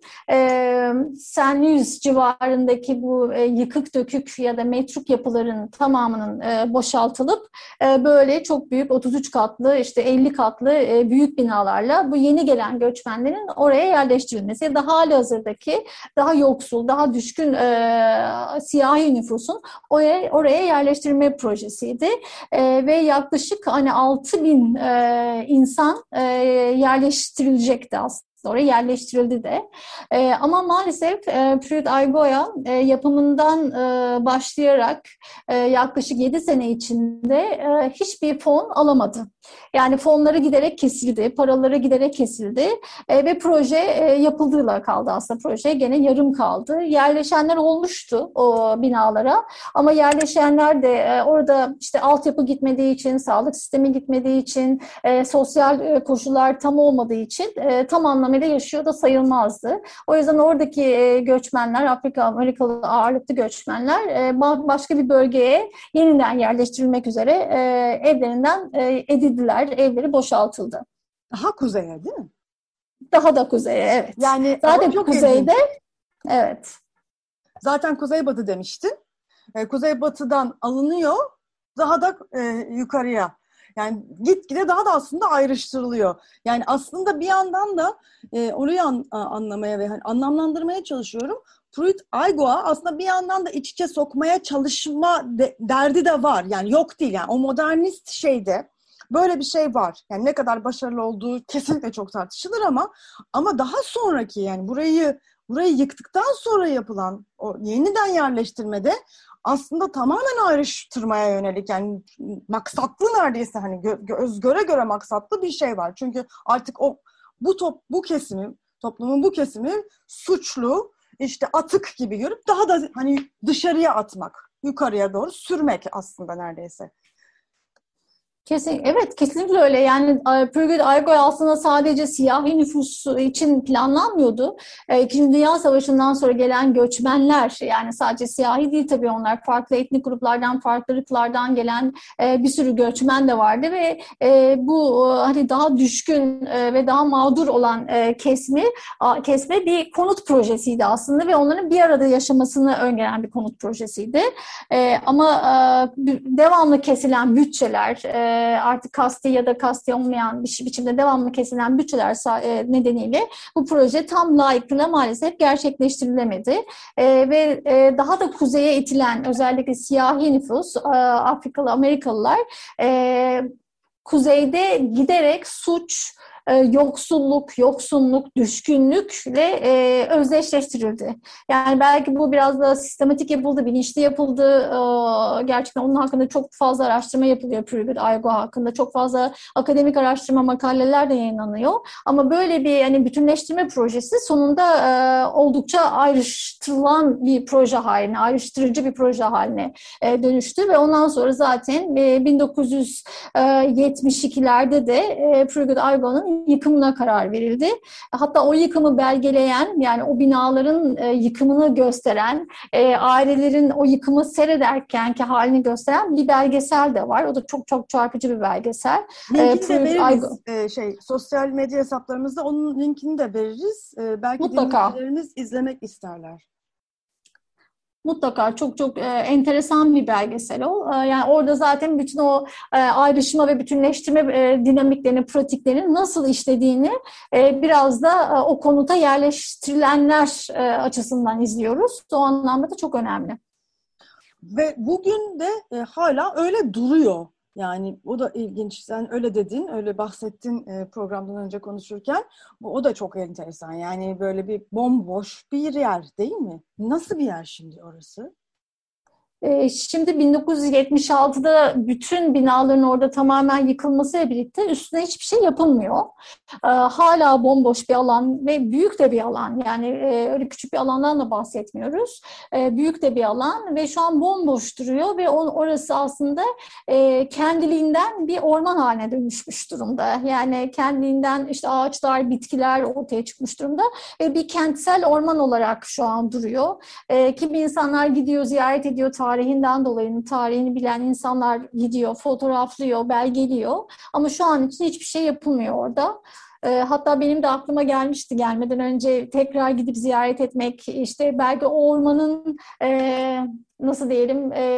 Saint Louis civarındaki bu yıkık dökük ya da metruk yapıların tamamının boşaltılıp böyle çok büyük otuz üç katlı işte elli katlı e, büyük binalarla bu yeni gelen göçmenlerin oraya yerleştirilmesi ya da halihazırdaki daha yoksul, daha düşkün e, siyahi nüfusun oraya, oraya yerleştirilme projesiydi. E, ve yaklaşık hani altı bin e, insan e, yerleştirilecekti aslında. Oraya yerleştirildi de. E, ama maalesef e, Pruitt Igoe e, yapımından e, başlayarak e, yaklaşık yedi sene içinde e, hiçbir fon alamadı. Yani fonları giderek kesildi, paraları giderek kesildi e, ve proje e, yapıldığıyla kaldı aslında. Proje gene yarım kaldı. Yerleşenler olmuştu o binalara ama yerleşenler de e, orada işte altyapı gitmediği için, sağlık sistemi gitmediği için, e, sosyal e, koşullar tam olmadığı için e, tam anlamıyla yaşıyor da sayılmazdı. O yüzden oradaki e, göçmenler, Afrika Amerikalı ağırlıklı göçmenler e, başka bir bölgeye yeniden yerleştirilmek üzere e, evlerinden e, edildiler. Evleri boşaltıldı. Daha kuzeye değil mi? Daha da kuzeye, evet. Yani zaten kuzeyde, ilginç. Evet. Zaten kuzeybatı demiştin. E, kuzeybatıdan alınıyor, daha da e, yukarıya. Yani gitgide daha da aslında ayrıştırılıyor. Yani aslında bir yandan da e, orayı an, anlamaya ve hani anlamlandırmaya çalışıyorum. Pruitt Igoe aslında bir yandan da iç içe sokmaya çalışma de, derdi de var. Yani yok değil yani o modernist şeyde böyle bir şey var. Yani ne kadar başarılı olduğu kesinlikle çok tartışılır ama ama daha sonraki yani burayı burayı yıktıktan sonra yapılan o yeniden yerleştirmede aslında tamamen ayrıştırmaya yönelik yani maksatlı neredeyse hani göz göre göre maksatlı bir şey var. Çünkü artık o bu top bu kesimi toplumun bu kesimi suçlu işte atık gibi görüp daha da hani dışarıya atmak, yukarıya doğru sürmek aslında neredeyse. Kesin, evet kesinlikle öyle. Yani Pürgüt Aygoy aslında sadece siyahi nüfus için planlanmıyordu. İkinci Dünya Savaşı'ndan sonra gelen göçmenler, yani sadece siyahi değil tabii, onlar farklı etnik gruplardan, farklı ırklardan gelen bir sürü göçmen de vardı ve bu hani daha düşkün ve daha mağdur olan kesmi kesme bir konut projesiydi aslında ve onların bir arada yaşamasını öngören bir konut projesiydi. Ama devamlı kesilen bütçeler, artık kasti ya da kasti olmayan bir biçimde devamlı kesilen bütçeler nedeniyle bu proje tam layıkıyla maalesef gerçekleştirilemedi. Ve daha da kuzeye itilen özellikle siyahi nüfus, Afrikalı, Amerikalılar kuzeyde giderek suç, yoksulluk, yoksunluk, düşkünlükle e, özdeşleştirildi. Yani belki bu biraz da sistematik yapıldı, bilinçli yapıldı. E, gerçekten onun hakkında çok fazla araştırma yapılıyor. Pürgüt Aygoy hakkında çok fazla akademik araştırma makaleler de yayınlanıyor. Ama böyle bir yani bütünleştirme projesi sonunda e, oldukça ayrıştırılan bir proje haline, ayrıştırıcı bir proje haline e, dönüştü ve ondan sonra zaten e, bin dokuz yüz yetmiş ikilerde de e, Pürgüt Aygoy'un yıkımına karar verildi. Hatta o yıkımı belgeleyen, yani o binaların e, yıkımını gösteren, e, ailelerin o yıkımı seyrederkenki halini gösteren bir belgesel de var. O da çok çok çarpıcı bir belgesel. Linkini de veririz. E, şey, sosyal medya hesaplarımızda onun linkini de veririz. E, belki mutlaka dinleyicilerimiz izlemek isterler. Mutlaka çok çok e, enteresan bir belgesel o. E, yani orada zaten bütün o e, ayrışma ve bütünleştirme e, dinamiklerini, pratiklerini nasıl işlediğini e, biraz da e, o konuta yerleştirilenler e, açısından izliyoruz. O anlamda da çok önemli. Ve bugün de e, hala öyle duruyor. Yani o da ilginç. Sen öyle dedin, öyle bahsettin e, programdan önce konuşurken. O da çok enteresan. Yani böyle bir bomboş bir yer değil mi? Nasıl bir yer şimdi orası? Şimdi bin dokuz yüz yetmiş altıda bütün binaların orada tamamen yıkılmasıyla birlikte üstüne hiçbir şey yapılmıyor. Hala bomboş bir alan ve büyük de bir alan. Yani öyle küçük bir alandan da bahsetmiyoruz. Büyük de bir alan ve şu an bomboş duruyor ve orası aslında kendiliğinden bir orman haline dönüşmüş durumda. Yani kendiliğinden işte ağaçlar, bitkiler ortaya çıkmış durumda ve bir kentsel orman olarak şu an duruyor. Kimi insanlar gidiyor, ziyaret ediyor, tarihinden dolayı tarihini bilen insanlar gidiyor, fotoğraflıyor, belgeliyor. Ama şu an için hiçbir şey yapılmıyor orada. Hatta benim de aklıma gelmişti gelmeden önce tekrar gidip ziyaret etmek, işte belki o ormanın e, nasıl diyelim e,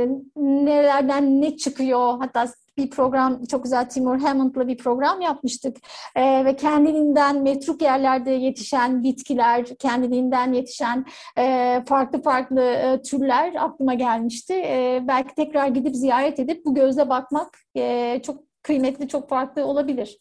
nerelerden ne çıkıyor, hatta bir program, çok güzel Timur Hammond'la bir program yapmıştık ee, ve kendiliğinden metruk yerlerde yetişen bitkiler, kendiliğinden yetişen e, farklı farklı e, türler aklıma gelmişti. E, belki tekrar gidip ziyaret edip bu gözle bakmak e, çok kıymetli, çok farklı olabilir.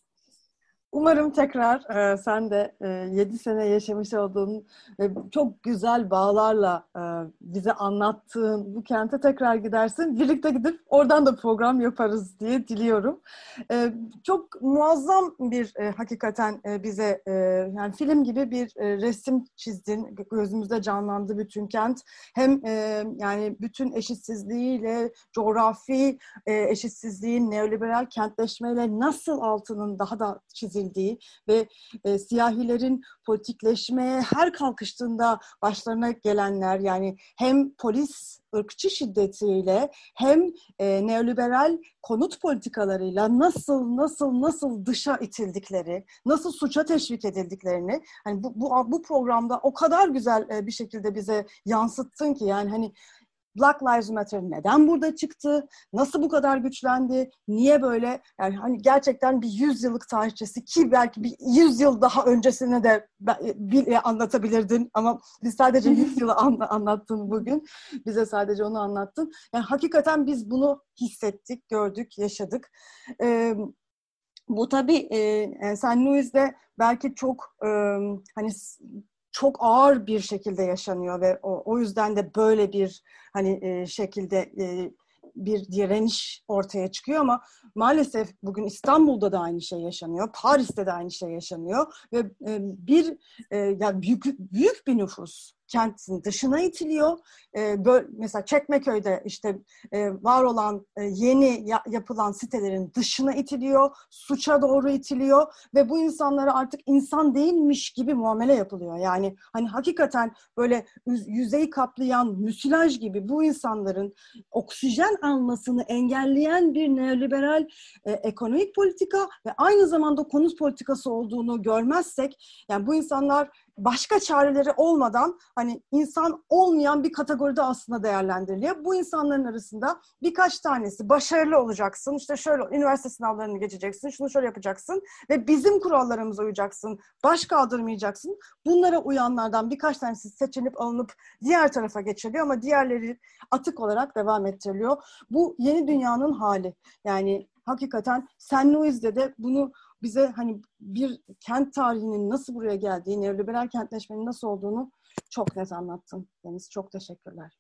Umarım tekrar e, sen de e, yedi sene yaşamış olduğun ve çok güzel bağlarla e, bize anlattığın bu kente tekrar gidersin. Birlikte gidip oradan da program yaparız diye diliyorum. E, çok muazzam bir e, hakikaten e, bize e, yani film gibi bir e, resim çizdin. Gözümüzde canlandı bütün kent. Hem e, yani bütün eşitsizliğiyle, coğrafi e, eşitsizliğin, neoliberal kentleşmeyle nasıl altının daha da çizildiği ve e, siyahilerin politikleşmeye her kalkıştığında başlarına gelenler, yani hem polis ırkçı şiddetiyle hem e, neoliberal konut politikalarıyla nasıl nasıl nasıl dışa itildikleri, nasıl suça teşvik edildiklerini hani bu bu, bu programda o kadar güzel e, bir şekilde bize yansıttın ki, yani hani Black Lives Matter neden burada çıktı? Nasıl bu kadar güçlendi? Niye böyle? Yani hani gerçekten bir yüz yıllık tarihçesi, ki belki bir yüz yıl daha öncesine de anlatabilirdin ama biz sadece yüz yılı anlattın bugün. Bize sadece onu anlattın. Yani hakikaten biz bunu hissettik, gördük, yaşadık. Ee, bu tabii e, Saint Louis'de belki çok e, hani çok ağır bir şekilde yaşanıyor ve o, o yüzden de böyle bir hani e, şekilde e, bir direniş ortaya çıkıyor, ama maalesef bugün İstanbul'da da aynı şey yaşanıyor, Paris'te de aynı şey yaşanıyor ve e, bir e, yani büyük büyük bir nüfus kentin dışına itiliyor. E, böl, mesela Çekmeköy'de işte e, var olan e, yeni ya, yapılan sitelerin dışına itiliyor, suça doğru itiliyor ve bu insanlara artık insan değilmiş gibi muamele yapılıyor. Yani hani hakikaten böyle yüzeyi kaplayan müsilaj gibi bu insanların oksijen almasını engelleyen bir neoliberal e, ekonomik politika ve aynı zamanda konut politikası olduğunu görmezsek, yani bu insanlar başka çareleri olmadan hani insan olmayan bir kategoride aslında değerlendiriliyor. Bu insanların arasında birkaç tanesi başarılı olacaksın, işte şöyle üniversite sınavlarını geçeceksin, şunu şöyle yapacaksın ve bizim kurallarımıza uyacaksın, baş kaldırmayacaksın. Bunlara uyanlardan birkaç tanesi seçilip alınıp diğer tarafa geçiriliyor ama diğerleri atık olarak devam ettiriliyor. Bu yeni dünyanın hali. Yani hakikaten Saint Louis'de de bunu bize hani bir kent tarihinin nasıl buraya geldiği, neoliberal kentleşmenin nasıl olduğunu çok net anlattın Deniz. Çok teşekkürler.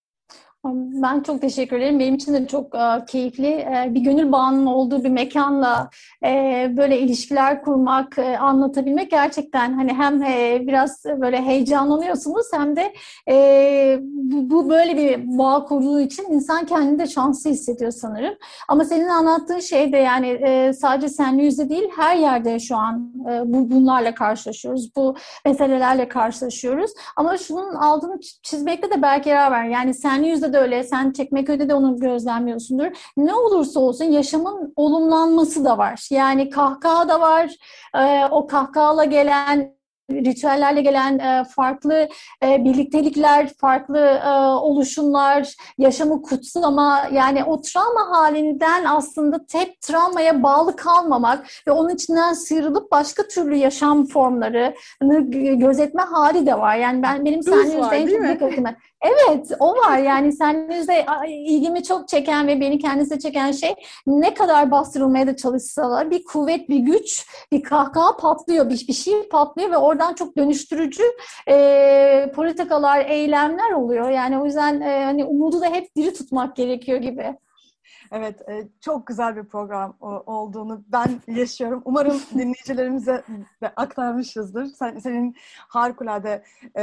Ben çok teşekkür ederim. Benim için de çok uh, keyifli. Uh, bir gönül bağının olduğu bir mekanla uh, böyle ilişkiler kurmak, uh, anlatabilmek gerçekten hani hem uh, biraz böyle heyecanlanıyorsunuz hem de uh, bu, bu böyle bir bağ kurduğu için insan kendini de şanslı hissediyor sanırım. Ama senin anlattığın şey de yani uh, sadece Saint Louis'de değil her yerde şu an uh, bu, bunlarla karşılaşıyoruz. Bu meselelerle karşılaşıyoruz. Ama şunun altını çizmekte de belki yarar var. Yani Saint Louis'de de öyle, sen Çekmeköy'de de onu gözlemliyorsundur. Ne olursa olsun yaşamın olumlanması da var. Yani kahkaha da var, e, o kahkahayla gelen, ritüellerle gelen e, farklı e, birliktelikler, farklı e, oluşumlar, yaşamı kutsama, yani o travma halinden aslında tek travmaya bağlı kalmamak ve onun içinden sıyrılıp başka türlü yaşam formlarını gözetme hali de var. Yani ben benim Saint Louis'de en çok dikkatimi. Evet, o var. Yani Saint Louis'de ilgimi çok çeken ve beni kendisine çeken şey ne kadar bastırılmaya da çalışsalar bir kuvvet, bir güç, bir kahkaha patlıyor, bir, bir şey patlıyor ve oradan çok dönüştürücü e, politikalar, eylemler oluyor. Yani o yüzden e, hani umudu da hep diri tutmak gerekiyor gibi. Evet, çok güzel bir program olduğunu ben yaşıyorum. Umarım dinleyicilerimize de aktarmışızdır. Senin harikulade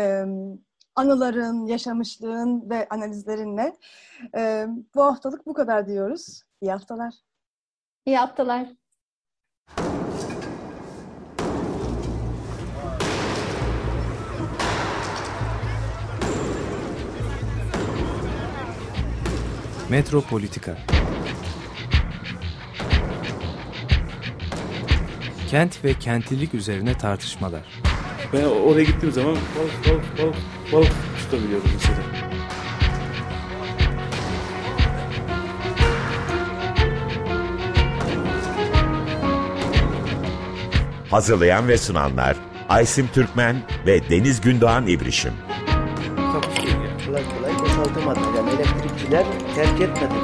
anıların, yaşamışlığın ve analizlerinle. Bu haftalık bu kadar diyoruz. İyi haftalar. İyi haftalar. Metropolitika. Kent ve kentlilik üzerine tartışmalar. Ben oraya gittiğim zaman balık balık balık balık tutabiliyorum mesela. Hazırlayan ve sunanlar Aysim Türkmen ve Deniz Gündoğan İbrişim. Kolay kolay boşaltamadı. Yani elektrikçiler terk etmedi